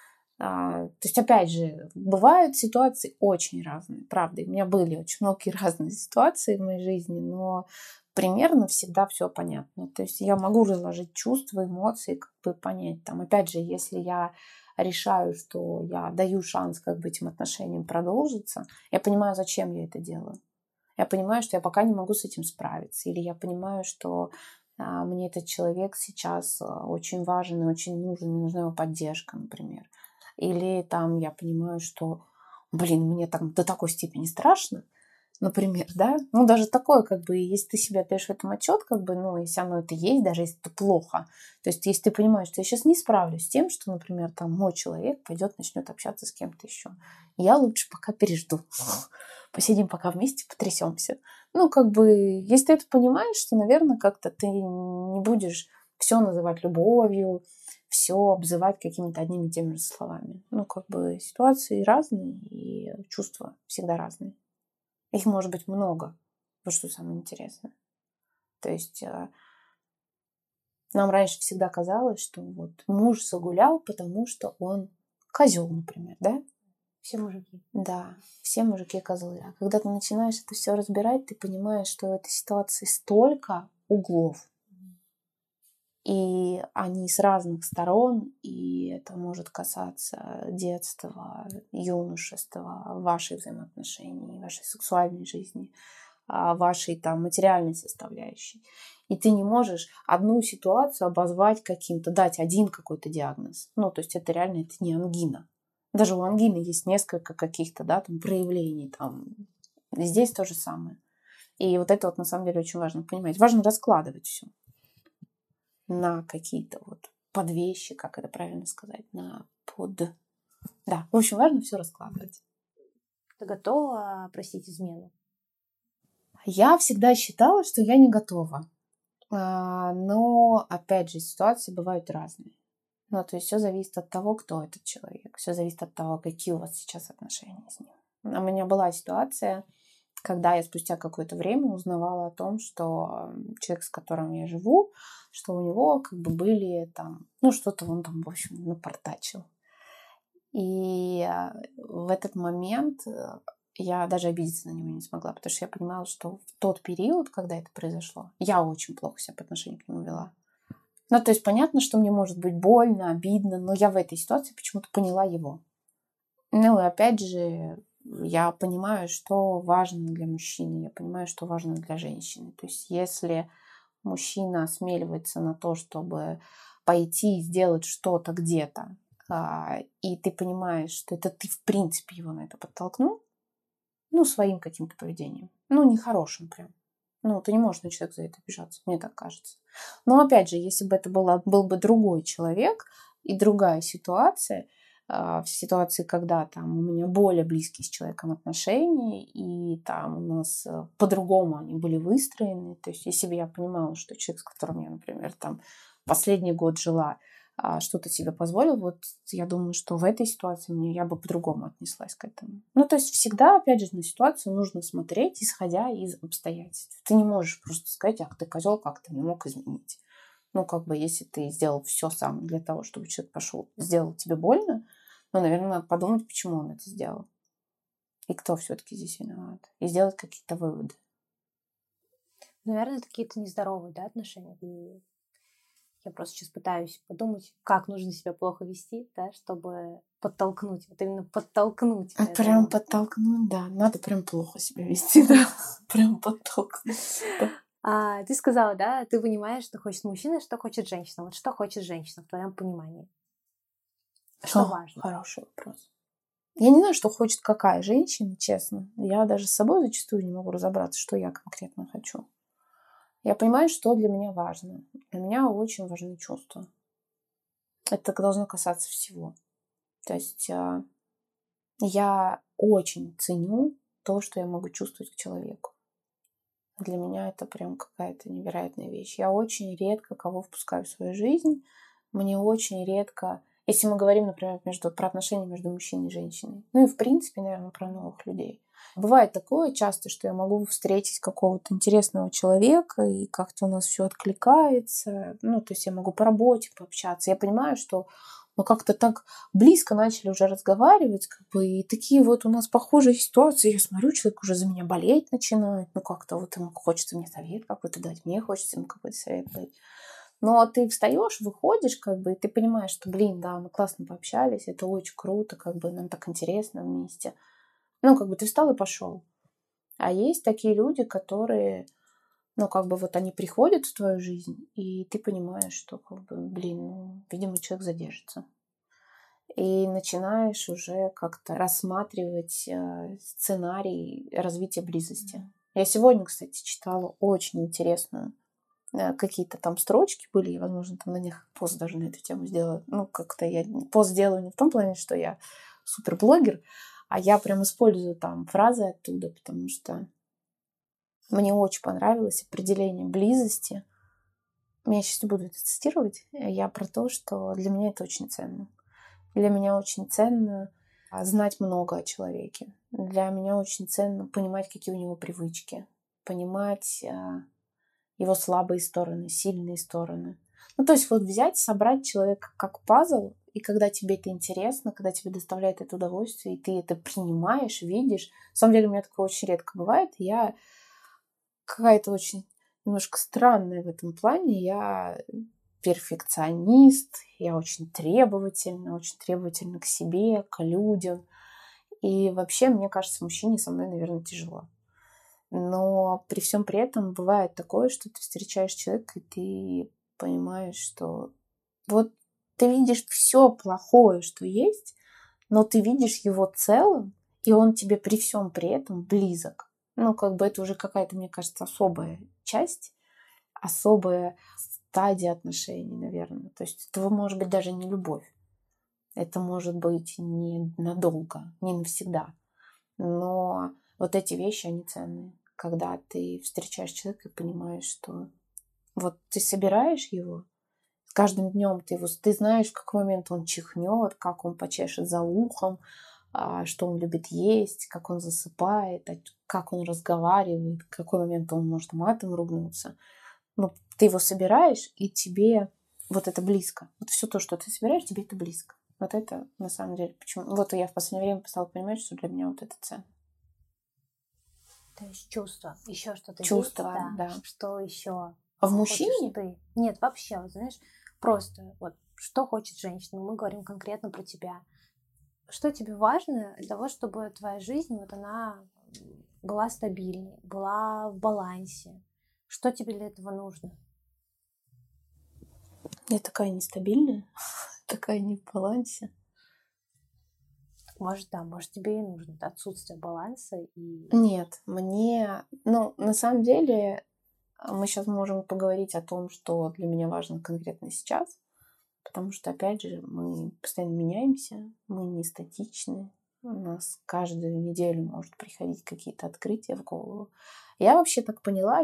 То есть, опять же, бывают ситуации очень разные, правда. У меня были очень многие разные ситуации в моей жизни, но примерно всегда все понятно. То есть я могу разложить чувства, эмоции, понять. Опять же, если я решаю, что я даю шанс этим отношениям продолжиться, я понимаю, зачем я это делаю. Я понимаю, что я пока не могу с этим справиться. Или я понимаю, что мне этот человек сейчас очень важен и очень нужен, мне нужна его поддержка, например. Или я понимаю, что, мне до такой степени страшно, например, да, даже такое, если ты себе отдаешь в этом отчет, если оно это есть, даже если это плохо, то есть если ты понимаешь, что я сейчас не справлюсь с тем, что, например, мой человек пойдет, начнет общаться с кем-то еще, я лучше пока пережду, посидим пока вместе, потрясемся. Если ты это понимаешь, то, наверное, как-то ты не будешь все называть любовью, все обзывать какими-то одними и теми же словами. Ситуации разные, и чувства всегда разные. Их может быть много. Вот что самое интересное. То есть нам раньше всегда казалось, что вот муж загулял, потому что он козел, например, да? Все мужики. Да, все мужики козлы. А когда ты начинаешь это все разбирать, ты понимаешь, что в этой ситуации столько углов. И они с разных сторон, и это может касаться детства, юношества, ваших взаимоотношений, вашей сексуальной жизни, вашей там материальной составляющей. И ты не можешь одну ситуацию обозвать каким-то, дать один какой-то диагноз. То есть это реально, это не ангина. Даже у ангины есть несколько каких-то, да, там проявлений. Здесь то же самое. И вот это вот на самом деле очень важно понимать. Важно раскладывать все на какие-то вот подвещи, как это правильно сказать, Да, в общем, важно все раскладывать. Ты готова простить измену? Я всегда считала, что я не готова. Но, опять же, ситуации бывают разные. То есть все зависит от того, кто этот человек. Все зависит от того, какие у вас сейчас отношения с ним. У меня была ситуация, когда я спустя какое-то время узнавала о том, что человек, с которым я живу, что у него были там, что-то он там, в общем, напортачил. И в этот момент я даже обидеться на него не смогла, потому что я понимала, что в тот период, когда это произошло, я очень плохо себя по отношению к нему вела. То есть понятно, что мне может быть больно, обидно, но я в этой ситуации почему-то поняла его. И опять же, я понимаю, что важно для мужчины, я понимаю, что важно для женщины. То есть если мужчина осмеливается на то, чтобы пойти и сделать что-то где-то, и ты понимаешь, что это ты в принципе его на это подтолкнул, своим каким-то поведением, нехорошим прям. Ты не можешь на человека за это обижаться, мне так кажется. Но опять же, если бы это был бы другой человек и другая ситуация, в ситуации, когда там у меня более близкие с человеком отношения, и там у нас по-другому они были выстроены. То есть если бы я понимала, что человек, с которым я, например, там последний год жила, что-то себе позволил, вот я думаю, что в этой ситуации я бы по-другому отнеслась к этому. То есть всегда, опять же, на ситуацию нужно смотреть, исходя из обстоятельств. Ты не можешь просто сказать, ах, ты козел, как ты не мог изменить. Если ты сделал все сам для того, чтобы человек пошел, сделал тебе больно, наверное, надо подумать, почему он это сделал. И кто все-таки здесь виноват. И сделать какие-то выводы. Наверное, это какие-то нездоровые, да, отношения. И я просто сейчас пытаюсь подумать, как нужно себя плохо вести, да, чтобы подтолкнуть. Вот именно подтолкнуть. Прям подтолкнуть, да. Надо прям плохо себя вести, да. Прям подтолкнуть. Ты сказала, да, ты понимаешь, что хочет мужчина, что хочет женщина. Вот что хочет женщина в твоем понимании? Что важно? Хороший вопрос. Я не знаю, что хочет какая женщина, честно. Я даже с собой зачастую не могу разобраться, что я конкретно хочу. Я понимаю, что для меня важно. Для меня очень важны чувства. Это должно касаться всего. То есть я очень ценю то, что я могу чувствовать к человеку. Для меня это прям какая-то невероятная вещь. Я очень редко кого впускаю в свою жизнь. Мне очень редко... Если мы говорим, например, про отношения между мужчиной и женщиной. И, в принципе, наверное, про новых людей. Бывает такое часто, что я могу встретить какого-то интересного человека, и как-то у нас все откликается. То есть я могу по работе пообщаться. Я понимаю, что мы как-то так близко начали уже разговаривать, и такие вот у нас похожие ситуации. Я смотрю, человек уже за меня болеть начинает. Как-то вот ему хочется мне совет какой-то дать, мне хочется ему какой-то совет дать. Но ты встаешь, выходишь, и ты понимаешь, что, да, мы классно пообщались, это очень круто, нам так интересно вместе. Ты встал и пошел. А есть такие люди, которые, вот они приходят в твою жизнь, и ты понимаешь, что, видимо, человек задержится. И начинаешь уже как-то рассматривать сценарий развития близости. Я сегодня, кстати, читала очень интересную какие-то там строчки были, и, возможно, там на них пост даже на эту тему сделаю. Как-то я пост делаю не в том плане, что я суперблогер, а я прям использую там фразы оттуда, потому что мне очень понравилось определение близости Я сейчас не буду это цитировать, я про то, что для меня это очень ценно. Для меня очень ценно знать много о человеке. Для меня очень ценно понимать, какие у него привычки, понимать его слабые стороны, сильные стороны. Ну, то есть вот взять, собрать человека как пазл, и когда тебе это интересно, когда тебе доставляет это удовольствие, и ты это принимаешь, видишь. На самом деле у меня такое очень редко бывает. Я какая-то очень немножко странная в этом плане. Я перфекционист, я очень требовательна к себе, к людям. И вообще, мне кажется, мужчине со мной, наверное, тяжело. Но при всем при этом бывает такое, что ты встречаешь человека, и ты понимаешь, что вот ты видишь все плохое, что есть, но ты видишь его целым, и он тебе при всем при этом близок. Ну, как бы это уже какая-то, мне кажется, особая часть, особая стадия отношений, наверное. То есть это может быть даже не любовь. Это может быть не надолго, не навсегда. Но вот эти вещи, они ценные. Когда ты встречаешь человека и понимаешь, что вот ты собираешь его, с каждым днем ты знаешь, в какой момент он чихнет, как он почешет за ухом, что он любит есть, как он засыпает, как он разговаривает, в какой момент он может матом ругнуться. Ну, ты его собираешь, и тебе вот это близко. Вот все то, что ты собираешь, тебе это близко. Вот это на самом деле почему. Вот я в последнее время стала понимать, что для меня вот это ценно. То есть чувство. Еще что-то Чувство, есть, да. Что еще А в хочешь мужчине? ты? Нет, вообще, вот знаешь, просто вот что хочет женщина. Мы говорим конкретно про тебя. Что тебе важно для того, чтобы твоя жизнь, вот она была стабильной, была в балансе? Что тебе для этого нужно? Я такая нестабильная, такая не в балансе. Может, да, может, тебе и нужно отсутствие баланса и... Нет, мне... Ну, на самом деле, мы сейчас можем поговорить о том, что для меня важно конкретно сейчас, потому что, опять же, мы постоянно меняемся, мы не статичны, у нас каждую неделю может приходить какие-то открытия в голову. Я вообще так поняла,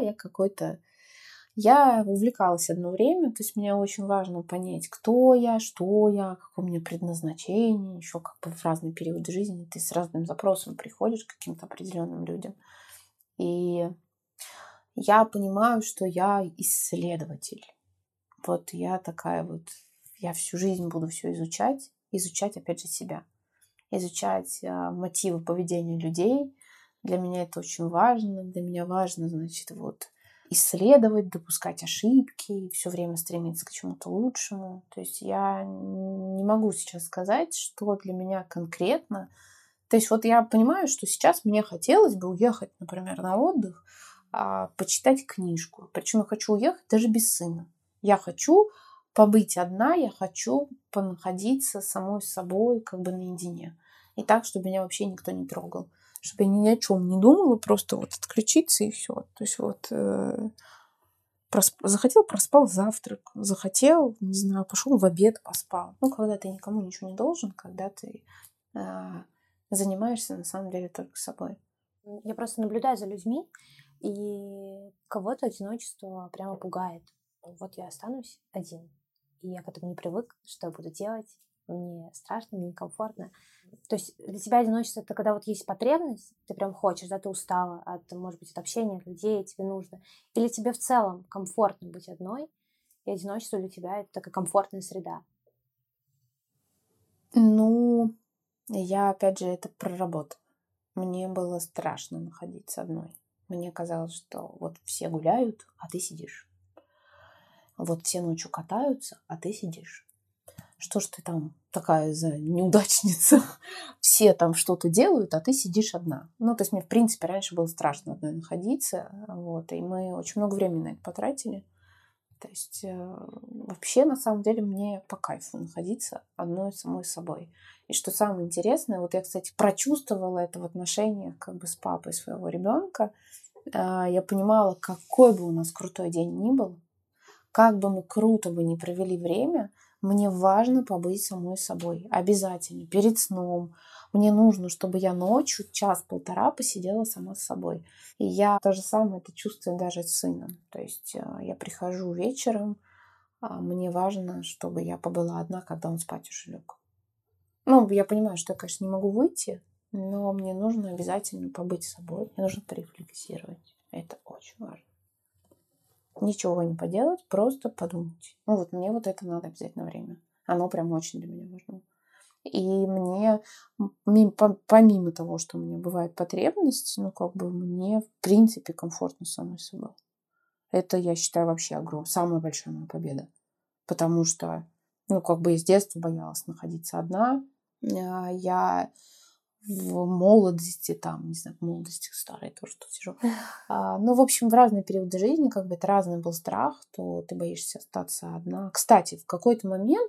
я увлекалась одно время, то есть мне очень важно понять, кто я, что я, какое у меня предназначение, еще как бы в разные периоды жизни ты с разным запросом приходишь к каким-то определенным людям. И я понимаю, что я исследователь. Вот я такая вот, я всю жизнь буду все изучать опять же себя, изучать мотивы поведения людей. Для меня это очень важно. Для меня важно, значит, вот исследовать, допускать ошибки, все время стремиться к чему-то лучшему. То есть я не могу сейчас сказать, что для меня конкретно. То есть вот я понимаю, что сейчас мне хотелось бы уехать, например, на отдых, почитать книжку. Причем я хочу уехать даже без сына. Я хочу побыть одна, я хочу понаходиться самой с собой как бы наедине. И так, чтобы меня вообще никто не трогал. Чтобы я ни о чем не думала, просто вот отключиться и все. То есть вот захотел, проспал завтрак. Захотел, не знаю, пошел в обед, поспал. Ну, когда ты никому ничего не должен, когда ты занимаешься на самом деле только собой. Я просто наблюдаю за людьми, и кого-то одиночество прямо пугает. Вот я останусь один, и я к этому не привык, что я буду делать, мне страшно, мне некомфортно. То есть для тебя одиночество — это когда вот есть потребность, ты прям хочешь, да, ты устала от, может быть, от общения, от людей, тебе нужно. Или тебе в целом комфортно быть одной, и одиночество для тебя — это такая комфортная среда. Ну, я, опять же, это проработала. Мне было страшно находиться одной. Мне казалось, что вот все гуляют, а ты сидишь. Вот все ночью катаются, а ты сидишь. Что ж ты там такая за неудачница? Все там что-то делают, а ты сидишь одна. Ну, то есть мне, в принципе, раньше было страшно одной находиться. Вот, и мы очень много времени на это потратили. То есть вообще, на самом деле, мне по кайфу находиться одной самой собой. И что самое интересное, вот я, кстати, прочувствовала это в отношениях как бы с папой своего ребенка. Я понимала, какой бы у нас крутой день ни был, как бы мы круто бы не провели время, мне важно побыть самой собой. Обязательно. Перед сном. Мне нужно, чтобы я ночью час-полтора посидела сама с собой. И я то же самое это чувствую даже с сыном. То есть я прихожу вечером, Мне важно, чтобы я побыла одна, когда он спать уже лег. Ну, я понимаю, что я, конечно, не могу выйти, но мне нужно обязательно побыть собой. Мне нужно порефлексировать. Это очень важно. Ничего не поделать, просто подумать. Ну, вот мне вот это надо обязательно время. Оно прям очень для меня важно. И мне, помимо того, что у меня бывает потребность, мне, в принципе, комфортно самой собой. Это, я считаю, вообще самая большая моя победа. Потому что, я с детства боялась находиться одна. Я в молодости, не знаю, в молодости старой тоже тут сижу. В общем, в разные периоды жизни, это разный был страх, то ты боишься остаться одна. Кстати, в какой-то момент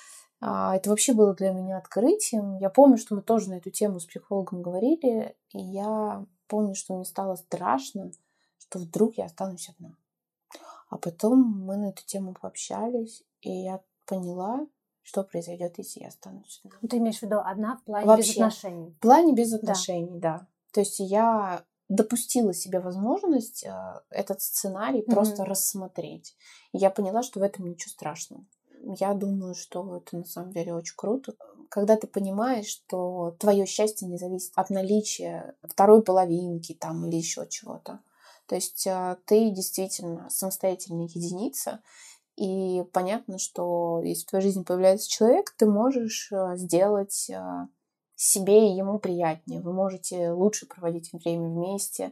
это вообще было для меня открытием. Я помню, что мы тоже на эту тему с психологом говорили, и я помню, что мне стало страшно, что вдруг я останусь одна. А потом мы на эту тему пообщались, и я поняла, что произойдет, если я останусь одна. Ты имеешь в виду одна в плане Вообще, без отношений? В плане без отношений, да. То есть я допустила себе возможность этот сценарий просто рассмотреть. И я поняла, что в этом ничего страшного. Я думаю, что это на самом деле очень круто. Когда ты понимаешь, что твое счастье не зависит от наличия второй половинки или еще чего-то. То есть ты действительно самостоятельная единица, и понятно, что если в твоей жизни появляется человек, ты можешь сделать себе и ему приятнее. Вы можете лучше проводить время вместе,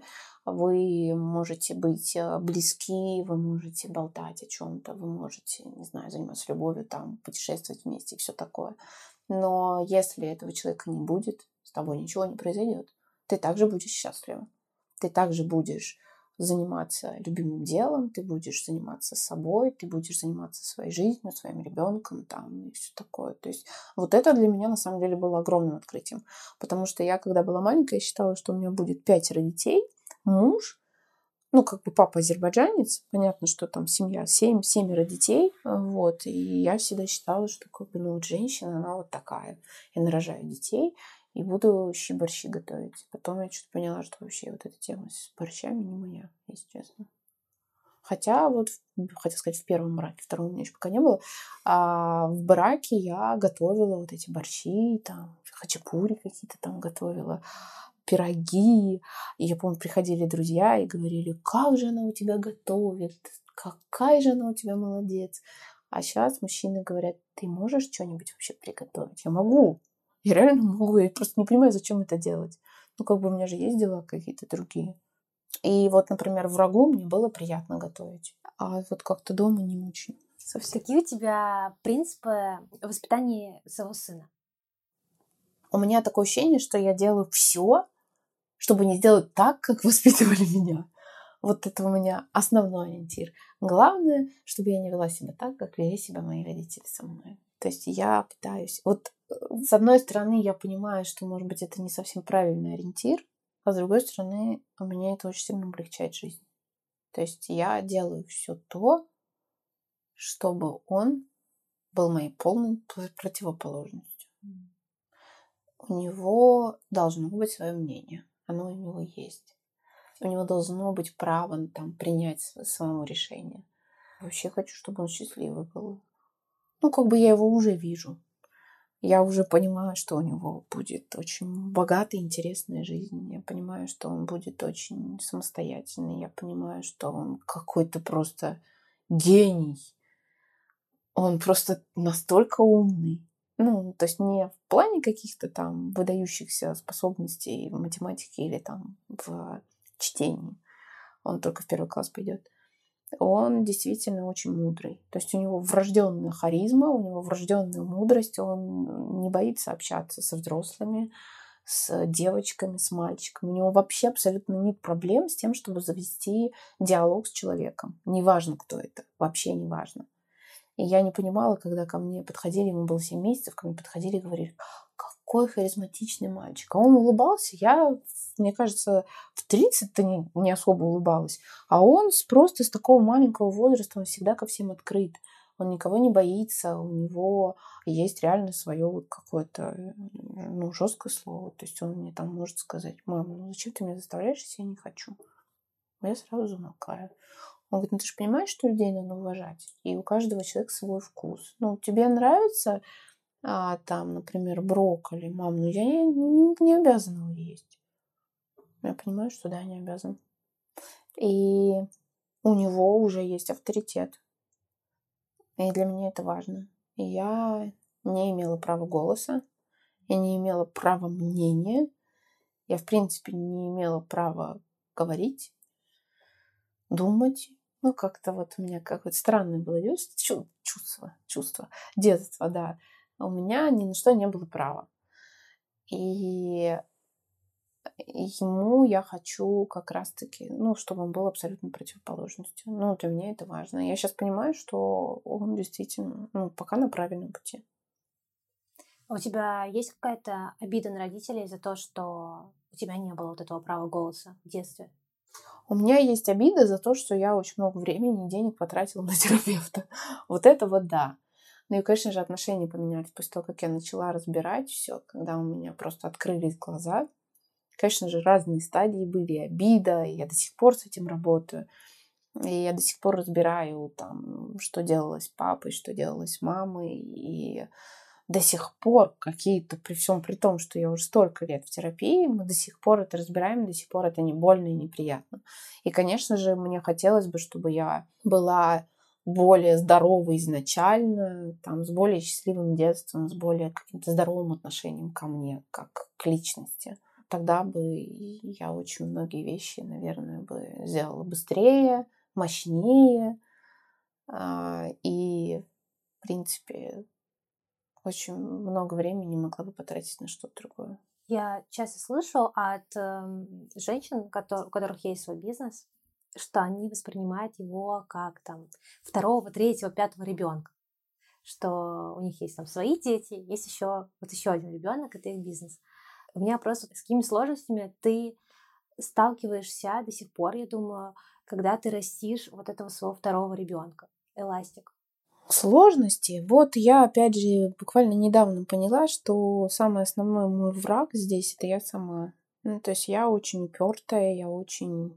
вы можете быть близки, вы можете болтать о чем-то, вы можете, не знаю, заниматься любовью, путешествовать вместе и все такое. Но если этого человека не будет, с тобой ничего не произойдет. Ты также будешь счастлива. Ты также будешь заниматься любимым делом, ты будешь заниматься собой, ты будешь заниматься своей жизнью, своим ребенком и все такое. То есть вот это для меня на самом деле было огромным открытием. Потому что я, когда была маленькая, считала, что у меня будет 5 детей, муж, папа азербайджанец, понятно, что семья, 7 детей, и я всегда считала, что женщина, она вот такая. Я нарожаю детей и буду щи-борщи готовить. Потом я что-то поняла, что вообще вот эта тема с борщами не моя, если честно. Хотя хотела сказать, в первом браке, второго у меня еще пока не было, а в браке я готовила вот эти борщи, хачапури какие-то готовила, пироги. И я помню, приходили друзья и говорили, как же она у тебя готовит, какая же она у тебя молодец. А сейчас мужчины говорят, ты можешь что-нибудь вообще приготовить? Я могу. Я реально могу. Я просто не понимаю, зачем это делать. У меня же есть дела какие-то другие. И например, врагу мне было приятно готовить. А как-то дома не очень. Совсем. Какие у тебя принципы воспитания своего сына? У меня такое ощущение, что я делаю все, чтобы не сделать так, как воспитывали меня. Вот это у меня основной ориентир. Главное, чтобы я не вела себя так, как вели себя мои родители со мной. То есть я пытаюсь... с одной стороны, я понимаю, что, может быть, это не совсем правильный ориентир, а с другой стороны, у меня это очень сильно облегчает жизнь. То есть я делаю все то, чтобы он был моей полной противоположностью. У него должно быть свое мнение. Оно у него есть. У него должно быть право принять самому решение. Вообще хочу, чтобы он счастливый был. Я его уже вижу. Я уже понимаю, что у него будет очень богатая, интересная жизнь. Я понимаю, что он будет очень самостоятельный. Я понимаю, что он какой-то просто гений. Он просто настолько умный. То есть не в плане каких-то выдающихся способностей в математике или в чтении. Он только в 1 класс пойдет. Он действительно очень мудрый. То есть у него врожденная харизма, у него врожденная мудрость. Он не боится общаться со взрослыми, с девочками, с мальчиками. У него вообще абсолютно нет проблем с тем, чтобы завести диалог с человеком. Неважно, кто это. Вообще неважно. И я не понимала, когда ко мне подходили, ему было 7 месяцев, ко мне подходили и говорили, какой харизматичный мальчик. А он улыбался, мне кажется, в 30-то не особо улыбалась. А он просто с такого маленького возраста, он всегда ко всем открыт. Он никого не боится, у него есть реально свое какое-то, жесткое слово. То есть он мне может сказать, мама, зачем ты меня заставляешь, если я не хочу? А я сразу замолкаю. Он говорит, ну ты же понимаешь, что людей надо уважать, и у каждого человека свой вкус. Ну, тебе нравится там, например, брокколи, мам, ну я не обязана его есть. Я понимаю, что да, не обязан. И у него уже есть авторитет. И для меня это важно. И я не имела права голоса, я не имела права мнения, я, в принципе, не имела права говорить, думать. Ну, как-то вот у меня какое-то странное было чувство детства, да. У меня ни на что не было права. И ему я хочу как раз-таки, ну, чтобы он был абсолютно противоположностью. Ну, для меня это важно. Я сейчас понимаю, что он действительно, ну, пока на правильном пути. А у тебя есть какая-то обида на родителей за то, что у тебя не было вот этого права голоса в детстве? У меня есть обида за то, что я очень много времени и денег потратила на терапевта. Вот это вот да. Ну и, конечно же, отношения поменялись после того, как я начала разбирать все, когда у меня просто открылись глаза. Конечно же, разные стадии были, обида, и я до сих пор с этим работаю. И я до сих пор разбираю, там, что делалось с папой, что делалось с мамой. И до сих пор какие-то, при всем при том, что я уже столько лет в терапии, мы до сих пор это разбираем, до сих пор это не больно и неприятно. И, конечно же, мне хотелось бы, чтобы я была более здоровой изначально, там, с более счастливым детством, с более каким-то здоровым отношением ко мне, как к личности. Тогда бы я очень многие вещи, наверное, бы сделала быстрее, мощнее. И, в принципе, очень много времени могла бы потратить на что-то другое. Я часто слышу от женщин, у которых есть свой бизнес, что они воспринимают его как там второго, третьего, пятого ребенка. Что у них есть там свои дети, есть еще один ребенок, это их бизнес. У меня просто с какими сложностями ты сталкиваешься до сих пор, я думаю, когда ты растишь вот этого своего второго ребенка, эластик. Сложности. Вот я, опять же, буквально недавно поняла, что самый основной мой враг здесь — это я сама. Ну, то есть я очень упертая, я очень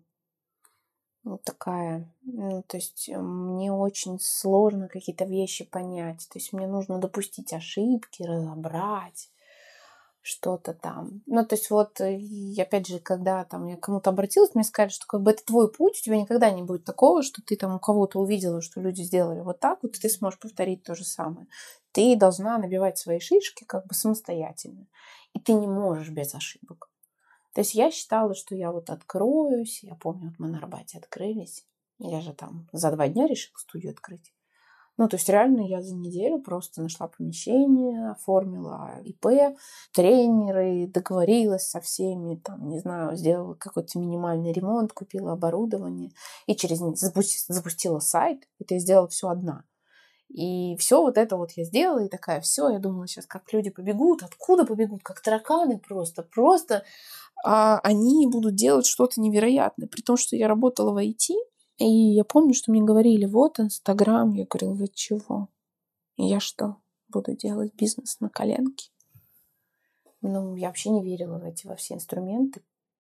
такая, ну, то есть мне очень сложно какие-то вещи понять. То есть мне нужно допустить ошибки, разобрать что-то там. Ну, то есть вот, и опять же, когда там я к кому-то обратилась, мне сказали, что как бы это твой путь, у тебя никогда не будет такого, что ты там у кого-то увидела, что люди сделали вот так, вот и ты сможешь повторить то же самое. Ты должна набивать свои шишки как бы самостоятельно. И ты не можешь без ошибок. То есть я считала, что я вот откроюсь. Я помню, вот мы на Арбате открылись. Я же там за 2 дня решила студию открыть. Ну, то есть реально я за неделю просто нашла помещение, оформила ИП, тренеры, договорилась со всеми, там, не знаю, сделала какой-то минимальный ремонт, купила оборудование и через запустила сайт. Это я сделала все одна. И все вот это вот я сделала, и такая, все, я думала сейчас, как люди побегут, откуда побегут, как тараканы просто они будут делать что-то невероятное. При том, что я работала в IT, и я помню, что мне говорили, вот Инстаграм. Я говорила, вы чего? И я что, буду делать бизнес на коленке? Ну, я вообще не верила во все инструменты.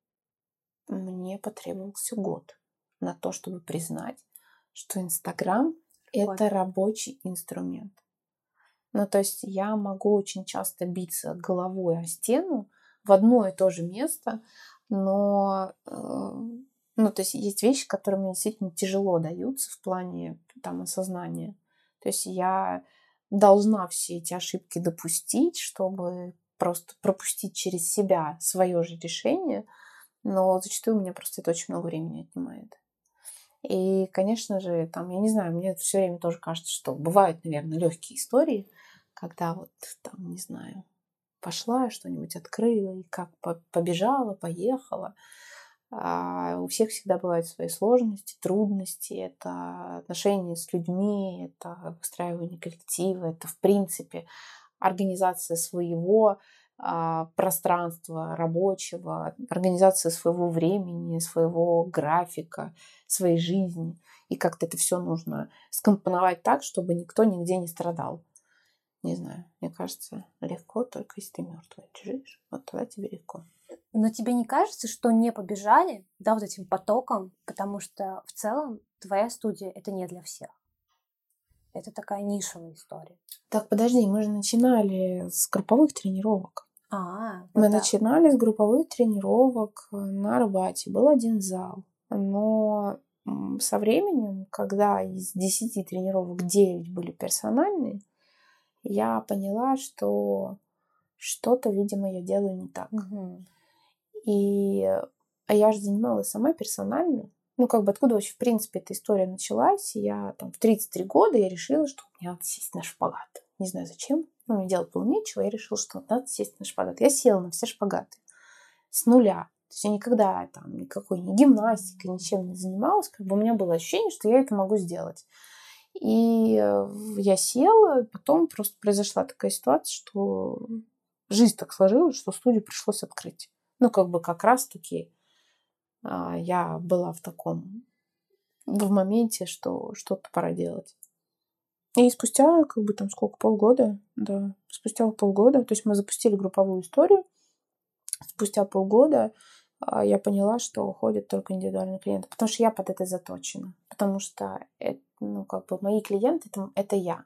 Мне потребовался год на то, чтобы признать, что Инстаграм – это рабочий инструмент. Ну, то есть я могу очень часто биться головой о стену в одно и то же место, но ну, то есть есть вещи, которые мне действительно тяжело даются в плане там осознания. То есть я должна все эти ошибки допустить, чтобы просто пропустить через себя свое же решение, но зачастую у меня просто это очень много времени отнимает. И, конечно же, там, я не знаю, мне все время тоже кажется, что бывают, наверное, легкие истории, когда вот там, не знаю, пошла, что-нибудь открыла и как побежала, поехала. А у всех всегда бывают свои сложности, трудности. Это отношения с людьми, это выстраивание коллектива, это, в принципе, организация своего пространства рабочего, организация своего времени, своего графика, своей жизни. И как-то это все нужно скомпоновать так, чтобы никто нигде не страдал. Не знаю, мне кажется, легко только если ты мертвый лежишь. Вот тогда тебе легко. Но тебе не кажется, что не побежали, да, вот этим потоком, потому что в целом твоя студия — это не для всех. Это такая нишевая история. Так, подожди, мы же начинали с групповых тренировок. Вот Мы так. начинали с групповых тренировок на Арбате. Был один зал. Но со временем, когда из 10 тренировок 9 были персональные, я поняла, что что-то, видимо, я делаю не так. И я же занималась сама персонально. Ну, как бы откуда вообще, в принципе, эта история началась. Я там в 33 года я решила, что мне надо сесть на шпагат. Не знаю зачем. Ну, мне делать было нечего. Я решила, что надо сесть на шпагат. Я села на все шпагаты с нуля. То есть я никогда там никакой ни гимнастикой, ничем не занималась. Как бы у меня было ощущение, что я это могу сделать. И я села, потом просто произошла такая ситуация, что жизнь так сложилась, что студию пришлось открыть. Ну, как бы как раз-таки я была в моменте, что что-то пора делать. И спустя, как бы там сколько, полгода, да, спустя полгода, то есть мы запустили групповую историю, спустя полгода я поняла, что ходят только индивидуальные клиенты, потому что я под это заточена, потому что ну, как бы мои клиенты это я.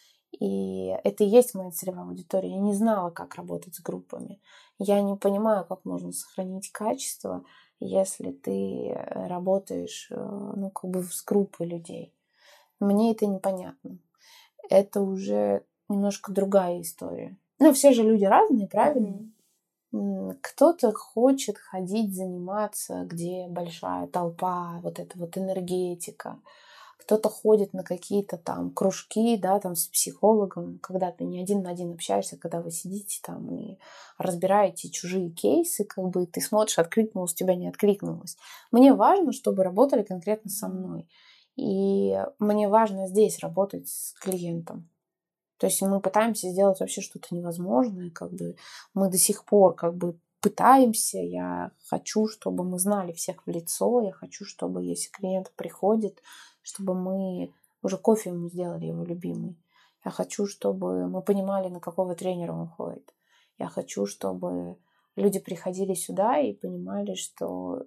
И это и есть моя целевая аудитория. Я не знала, как работать с группами. Я не понимаю, как можно сохранить качество, если ты работаешь, ну, как бы с группой людей. Мне это непонятно. Это уже немножко другая история. Ну, все же люди разные, правильно? Кто-то хочет ходить, заниматься, где большая толпа, вот эта вот энергетика. Кто-то ходит на какие-то там кружки, да, там с психологом, когда ты не один на один общаешься, когда вы сидите там и разбираете чужие кейсы, как бы ты смотришь, откликнулось, тебя не откликнулось. Мне важно, чтобы работали конкретно со мной. И мне важно здесь работать с клиентом. То есть мы пытаемся сделать вообще что-то невозможное, как бы мы до сих пор как бы пытаемся. Я хочу, чтобы мы знали всех в лицо. Я хочу, чтобы если клиент приходит, чтобы мы уже кофе ему сделали, его любимый. Я хочу, чтобы мы понимали, на какого тренера он ходит. Я хочу, чтобы люди приходили сюда и понимали, что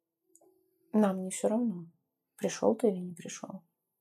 нам не все равно, пришел ты или не пришел.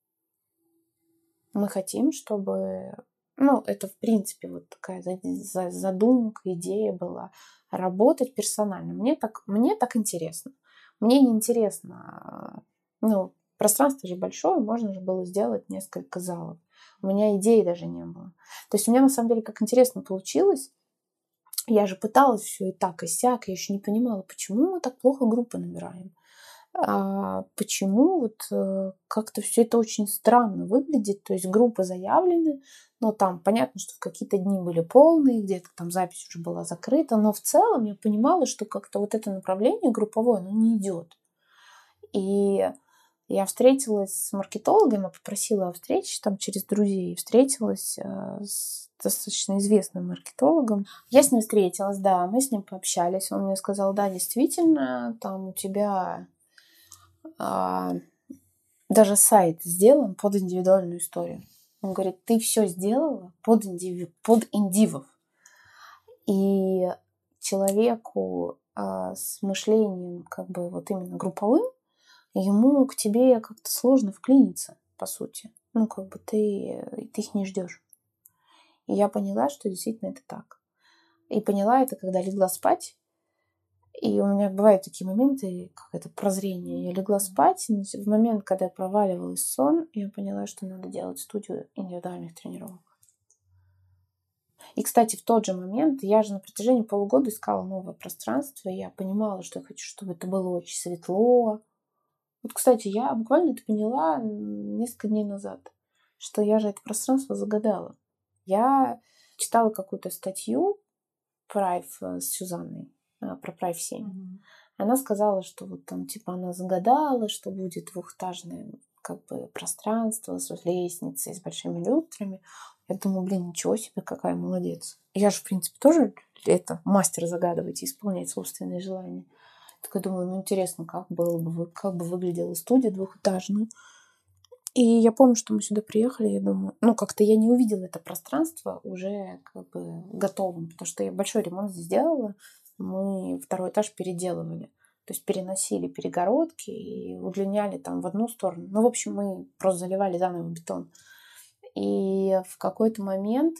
Мы хотим, чтобы... Ну, это, в принципе, вот такая задумка, идея была. Работать персонально. Мне так интересно. Мне не интересно... Ну, пространство же большое, можно же было сделать несколько залов. У меня идей даже не было. То есть у меня, на самом деле, как интересно получилось. Я же пыталась все и так, и сяк. Я еще не понимала, почему мы так плохо группы набираем. Почему как-то все это очень странно выглядит. То есть группы заявлены, но там понятно, что в какие-то дни были полные, где-то там запись уже была закрыта, но в целом я понимала, что как-то вот это направление групповое, оно не идет. И я встретилась с маркетологом, я попросила о встрече там через друзей, встретилась с достаточно известным маркетологом. Я с ним встретилась, да, мы с ним пообщались. Он мне сказал, да, действительно, там у тебя... даже сайт сделан под индивидуальную историю. Он говорит, ты все сделала под индивов. И человеку с мышлением как бы вот именно групповым, ему к тебе как-то сложно вклиниться, по сути. Ну, как бы ты их не ждешь. И я поняла, что действительно это так. И поняла это, когда легла спать. И у меня бывают такие моменты, как это прозрение. Я легла спать, и в момент, когда я проваливалась в сон, я поняла, что надо делать студию индивидуальных тренировок. И, кстати, в тот же момент я же на протяжении полугода искала новое пространство, и я понимала, что я хочу, чтобы это было очень светло. Вот, кстати, я буквально это поняла несколько дней назад, что я же это пространство загадала. Я читала какую-то статью Прайв с Сюзанной, про Прайв 7. Она сказала, что вот там типа она загадала, что будет двухэтажное как бы пространство с лестницей, с большими люстрами. Я думаю, блин, ничего себе, какая молодец. Я же, в принципе, тоже мастер загадывать и исполнять собственные желания. Так я думаю, ну интересно, как бы выглядела студия двухэтажная. И я помню, что мы сюда приехали, я думаю, ну как-то я не увидела это пространство уже как бы готовым, потому что я большой ремонт здесь сделала. мы второй этаж переделывали. То есть переносили перегородки и удлиняли там в одну сторону. Ну, в общем, мы просто заливали заново бетон. И в какой-то момент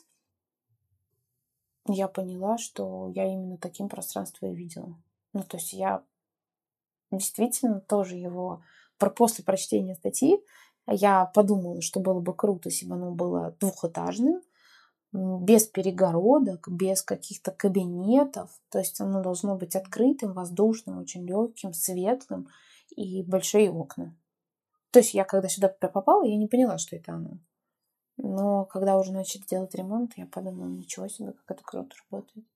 я поняла, что я именно таким пространство и видела. Ну, то есть я действительно тоже его после прочтения статьи я подумала, что было бы круто, если бы оно было двухэтажным, без перегородок, без каких-то кабинетов. То есть оно должно быть открытым, воздушным, очень легким, светлым и большие окна. То есть я когда сюда попала, я не поняла, что это оно. Но когда уже начали делать ремонт, я подумала, ничего себе, как это круто работает.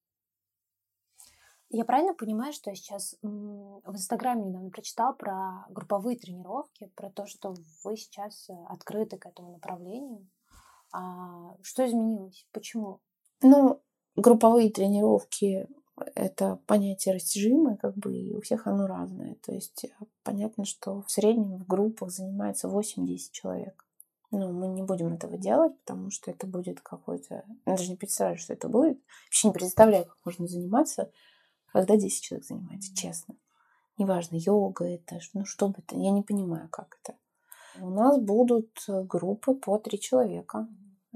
Я правильно понимаю, что я сейчас в Инстаграме недавно прочитала про групповые тренировки, про то, что вы сейчас открыты к этому направлению. Что изменилось? Почему? Ну, групповые тренировки — это понятие растяжимое, как бы, и у всех оно разное. То есть понятно, что в среднем в группах занимается 8-10 человек. Ну, мы не будем этого делать, потому что это будет какой-то... Я даже не представляю, что это будет. Вообще не представляю, как можно заниматься, когда 10 человек занимается, честно. Неважно, йога это, ну что бы это, я не понимаю, как это. У нас будут группы по 3 человека.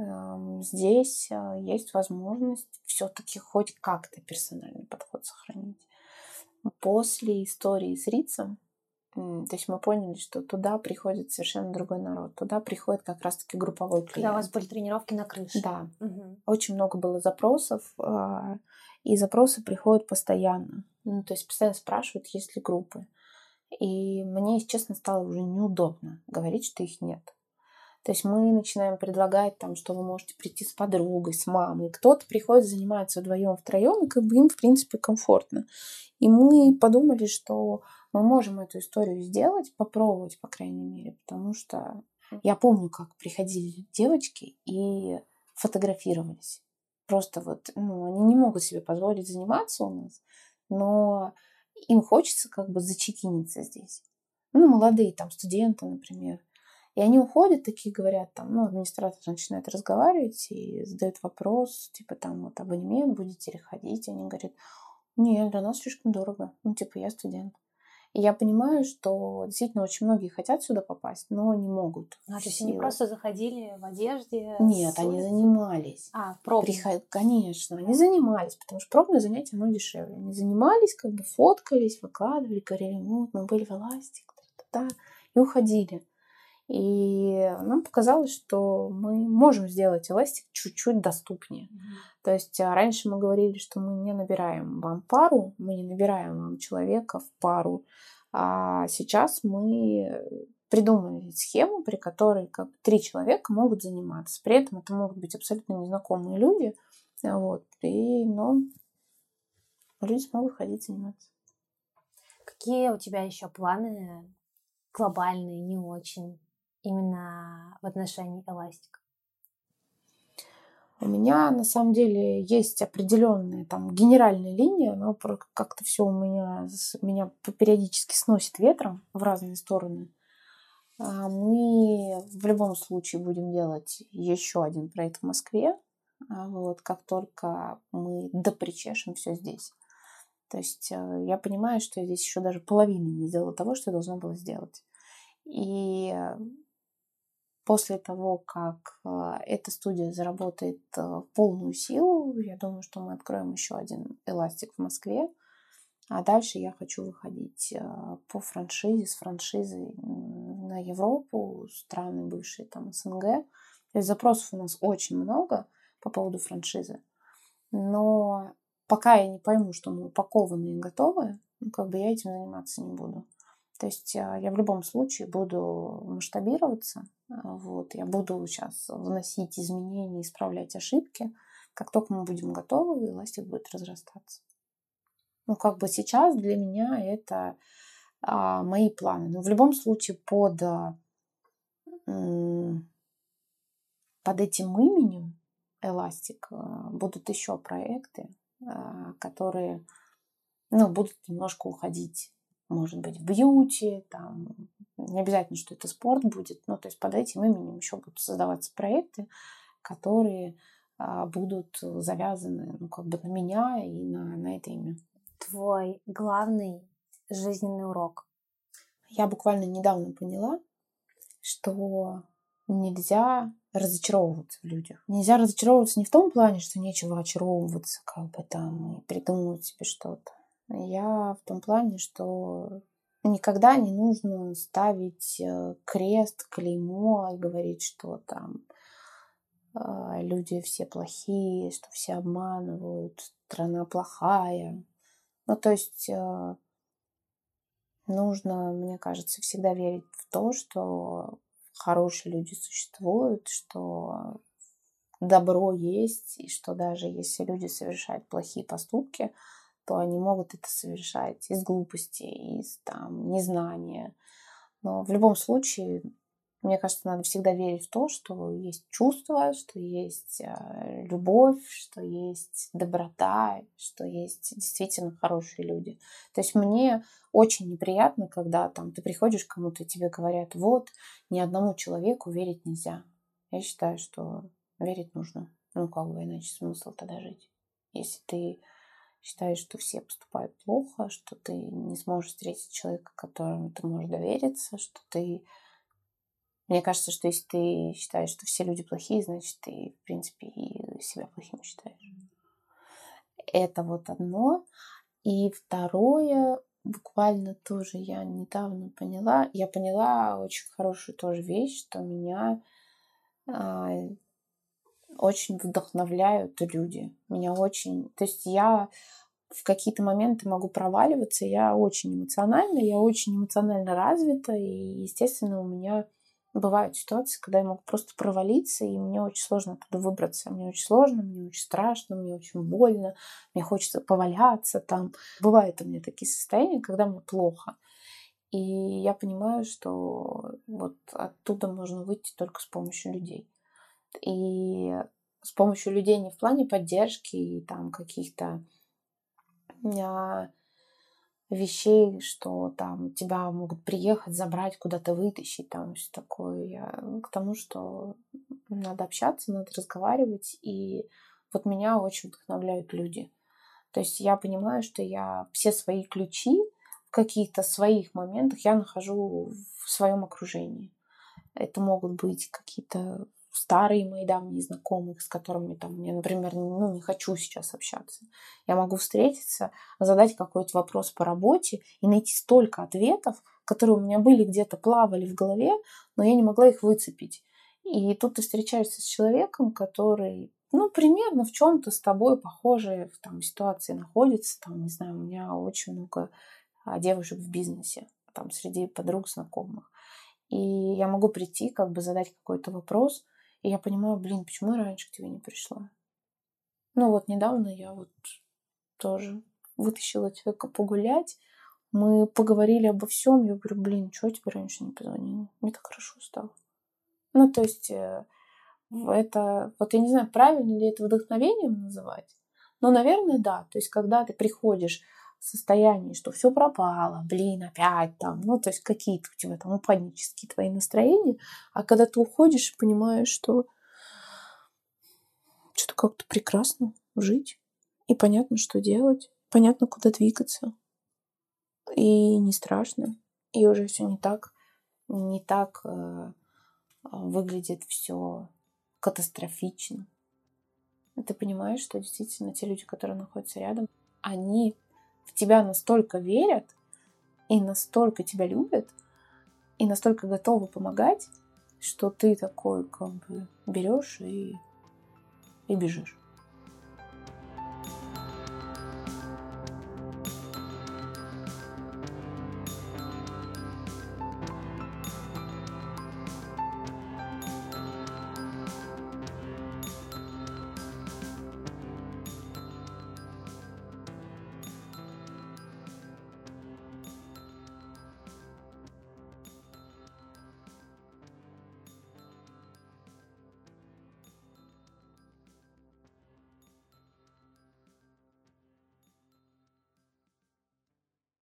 Здесь есть возможность все-таки хоть как-то персональный подход сохранить. После истории с Рицем, то есть мы поняли, что туда приходит совершенно другой народ. Туда приходит как раз-таки групповой клиент. Когда у вас были тренировки на крыше. Да. Угу. Очень много было запросов, и запросы приходят постоянно. Ну, то есть постоянно спрашивают, есть ли группы. И мне, если честно, стало уже неудобно говорить, что их нет. То есть мы начинаем предлагать, там, что вы можете прийти с подругой, с мамой. Кто-то приходит, занимается вдвоем, втроем, и как бы им, в принципе, комфортно. И мы подумали, что мы можем эту историю сделать, попробовать, по крайней мере, потому что я помню, как приходили девочки и фотографировались. Просто вот, они не могут себе позволить заниматься у нас, но им хочется как бы зачекиниться здесь. Молодые там студенты, например. И они уходят, такие говорят, там, администратор начинает разговаривать и задает вопрос, типа, там, вот, абонемент, будете ли ходить? Они говорят, нет, для нас слишком дорого. Я студент. И я понимаю, что действительно очень многие хотят сюда попасть, но не могут. То есть они просто заходили в одежде? Нет, они занимались. Пробно. Конечно, они занимались, потому что пробное занятие, оно дешевле. Они занимались, как бы фоткались, выкладывали, говорили, вот, мы были в эластик, и уходили. И нам показалось, что мы можем сделать эластик чуть-чуть доступнее. То есть раньше мы говорили, что мы не набираем вам пару, мы не набираем вам человека в пару, а сейчас мы придумали схему, при которой 3 человека могут заниматься. При этом это могут быть абсолютно незнакомые люди, но люди смогут ходить заниматься. Какие у тебя еще планы глобальные, не очень, именно в отношении эластика? У меня на самом деле есть определенная там генеральная линия, но как-то все меня периодически сносит ветром в разные стороны. Мы в любом случае будем делать еще один проект в Москве, как только мы допричешем все здесь. То есть я понимаю, что я здесь еще даже половины не сделала того, что я должна была сделать. И после того, как эта студия заработает в полную силу, я думаю, что мы откроем еще один эластик в Москве. А дальше я хочу выходить по франшизе, с франшизой на Европу, страны бывшие там СНГ. То есть запросов у нас очень много по поводу франшизы. Но пока я не пойму, что мы упакованы и готовы, я этим заниматься не буду. То есть я в любом случае буду масштабироваться. Я буду сейчас вносить изменения, исправлять ошибки. Как только мы будем готовы, эластик будет разрастаться. Сейчас для меня это мои планы. Но в любом случае под этим именем эластик будут еще проекты, которые будут немножко уходить, может быть, в бьюти, там, не обязательно, что это спорт будет, то есть под этим именем еще будут создаваться проекты, которые будут завязаны, на меня и на это имя. Твой главный жизненный урок? Я буквально недавно поняла, что нельзя разочаровываться в людях. Нельзя разочаровываться не в том плане, что нечего очаровываться, и придумывать себе что-то. Я в том плане, что никогда не нужно ставить крест, клеймо и говорить, что там люди все плохие, что все обманывают, страна плохая. То есть нужно, мне кажется, всегда верить в то, что хорошие люди существуют, что добро есть, и что даже если люди совершают плохие поступки, то они могут это совершать из глупости, из незнания. Но в любом случае, мне кажется, надо всегда верить в то, что есть чувства, что есть любовь, что есть доброта, что есть действительно хорошие люди. То есть мне очень неприятно, когда ты приходишь к кому-то и тебе говорят, вот, ни одному человеку верить нельзя. Я считаю, что верить нужно. Иначе смысл тогда жить. Если ты считаешь, что все поступают плохо, что ты не сможешь встретить человека, которому ты можешь довериться, Мне кажется, что если ты считаешь, что все люди плохие, значит, ты, в принципе, и себя плохим считаешь. Это одно. И второе, буквально тоже я недавно поняла. Я поняла очень хорошую тоже вещь, что меня очень вдохновляют люди. То есть я в какие-то моменты могу проваливаться. Я очень эмоционально развита. И, естественно, у меня бывают ситуации, когда я могу просто провалиться, и мне очень сложно оттуда выбраться. Мне очень сложно, мне очень страшно, мне очень больно, мне хочется поваляться там. Бывают у меня такие состояния, когда мне плохо. И я понимаю, что оттуда можно выйти только с помощью людей. И с помощью людей не в плане поддержки и каких-то вещей, что тебя могут приехать, забрать, куда-то вытащить, все такое. Я к тому, что надо общаться, надо разговаривать. И меня очень вдохновляют люди. То есть я понимаю, что я все свои ключи в каких-то своих моментах я нахожу в своем окружении. Это могут быть какие-то старые мои давние знакомые, с которыми я, например, не хочу сейчас общаться. Я могу встретиться, задать какой-то вопрос по работе и найти столько ответов, которые у меня были где-то, плавали в голове, но я не могла их выцепить. И тут ты встречаешься с человеком, который, примерно в чем-то с тобой похожей ситуации находится. Не знаю, у меня очень много девушек в бизнесе, среди подруг, знакомых. И я могу прийти, задать какой-то вопрос, и я понимаю, почему я раньше к тебе не пришла? Недавно я тоже вытащила человека погулять, мы поговорили обо всем, я говорю, чего я тебе раньше не позвонила? Мне так хорошо стало. То есть это, я не знаю, правильно ли это вдохновением называть, но, наверное, да. То есть когда ты приходишь в состоянии, что все пропало, опять то есть какие-то у тебя упаднические твои настроения, а когда ты уходишь и понимаешь, что что-то как-то прекрасно жить, и понятно, что делать, понятно, куда двигаться, и не страшно, и уже все не так выглядит все катастрофично. И ты понимаешь, что действительно те люди, которые находятся рядом, они в тебя настолько верят и настолько тебя любят, и настолько готовы помогать, что ты такой берешь и бежишь.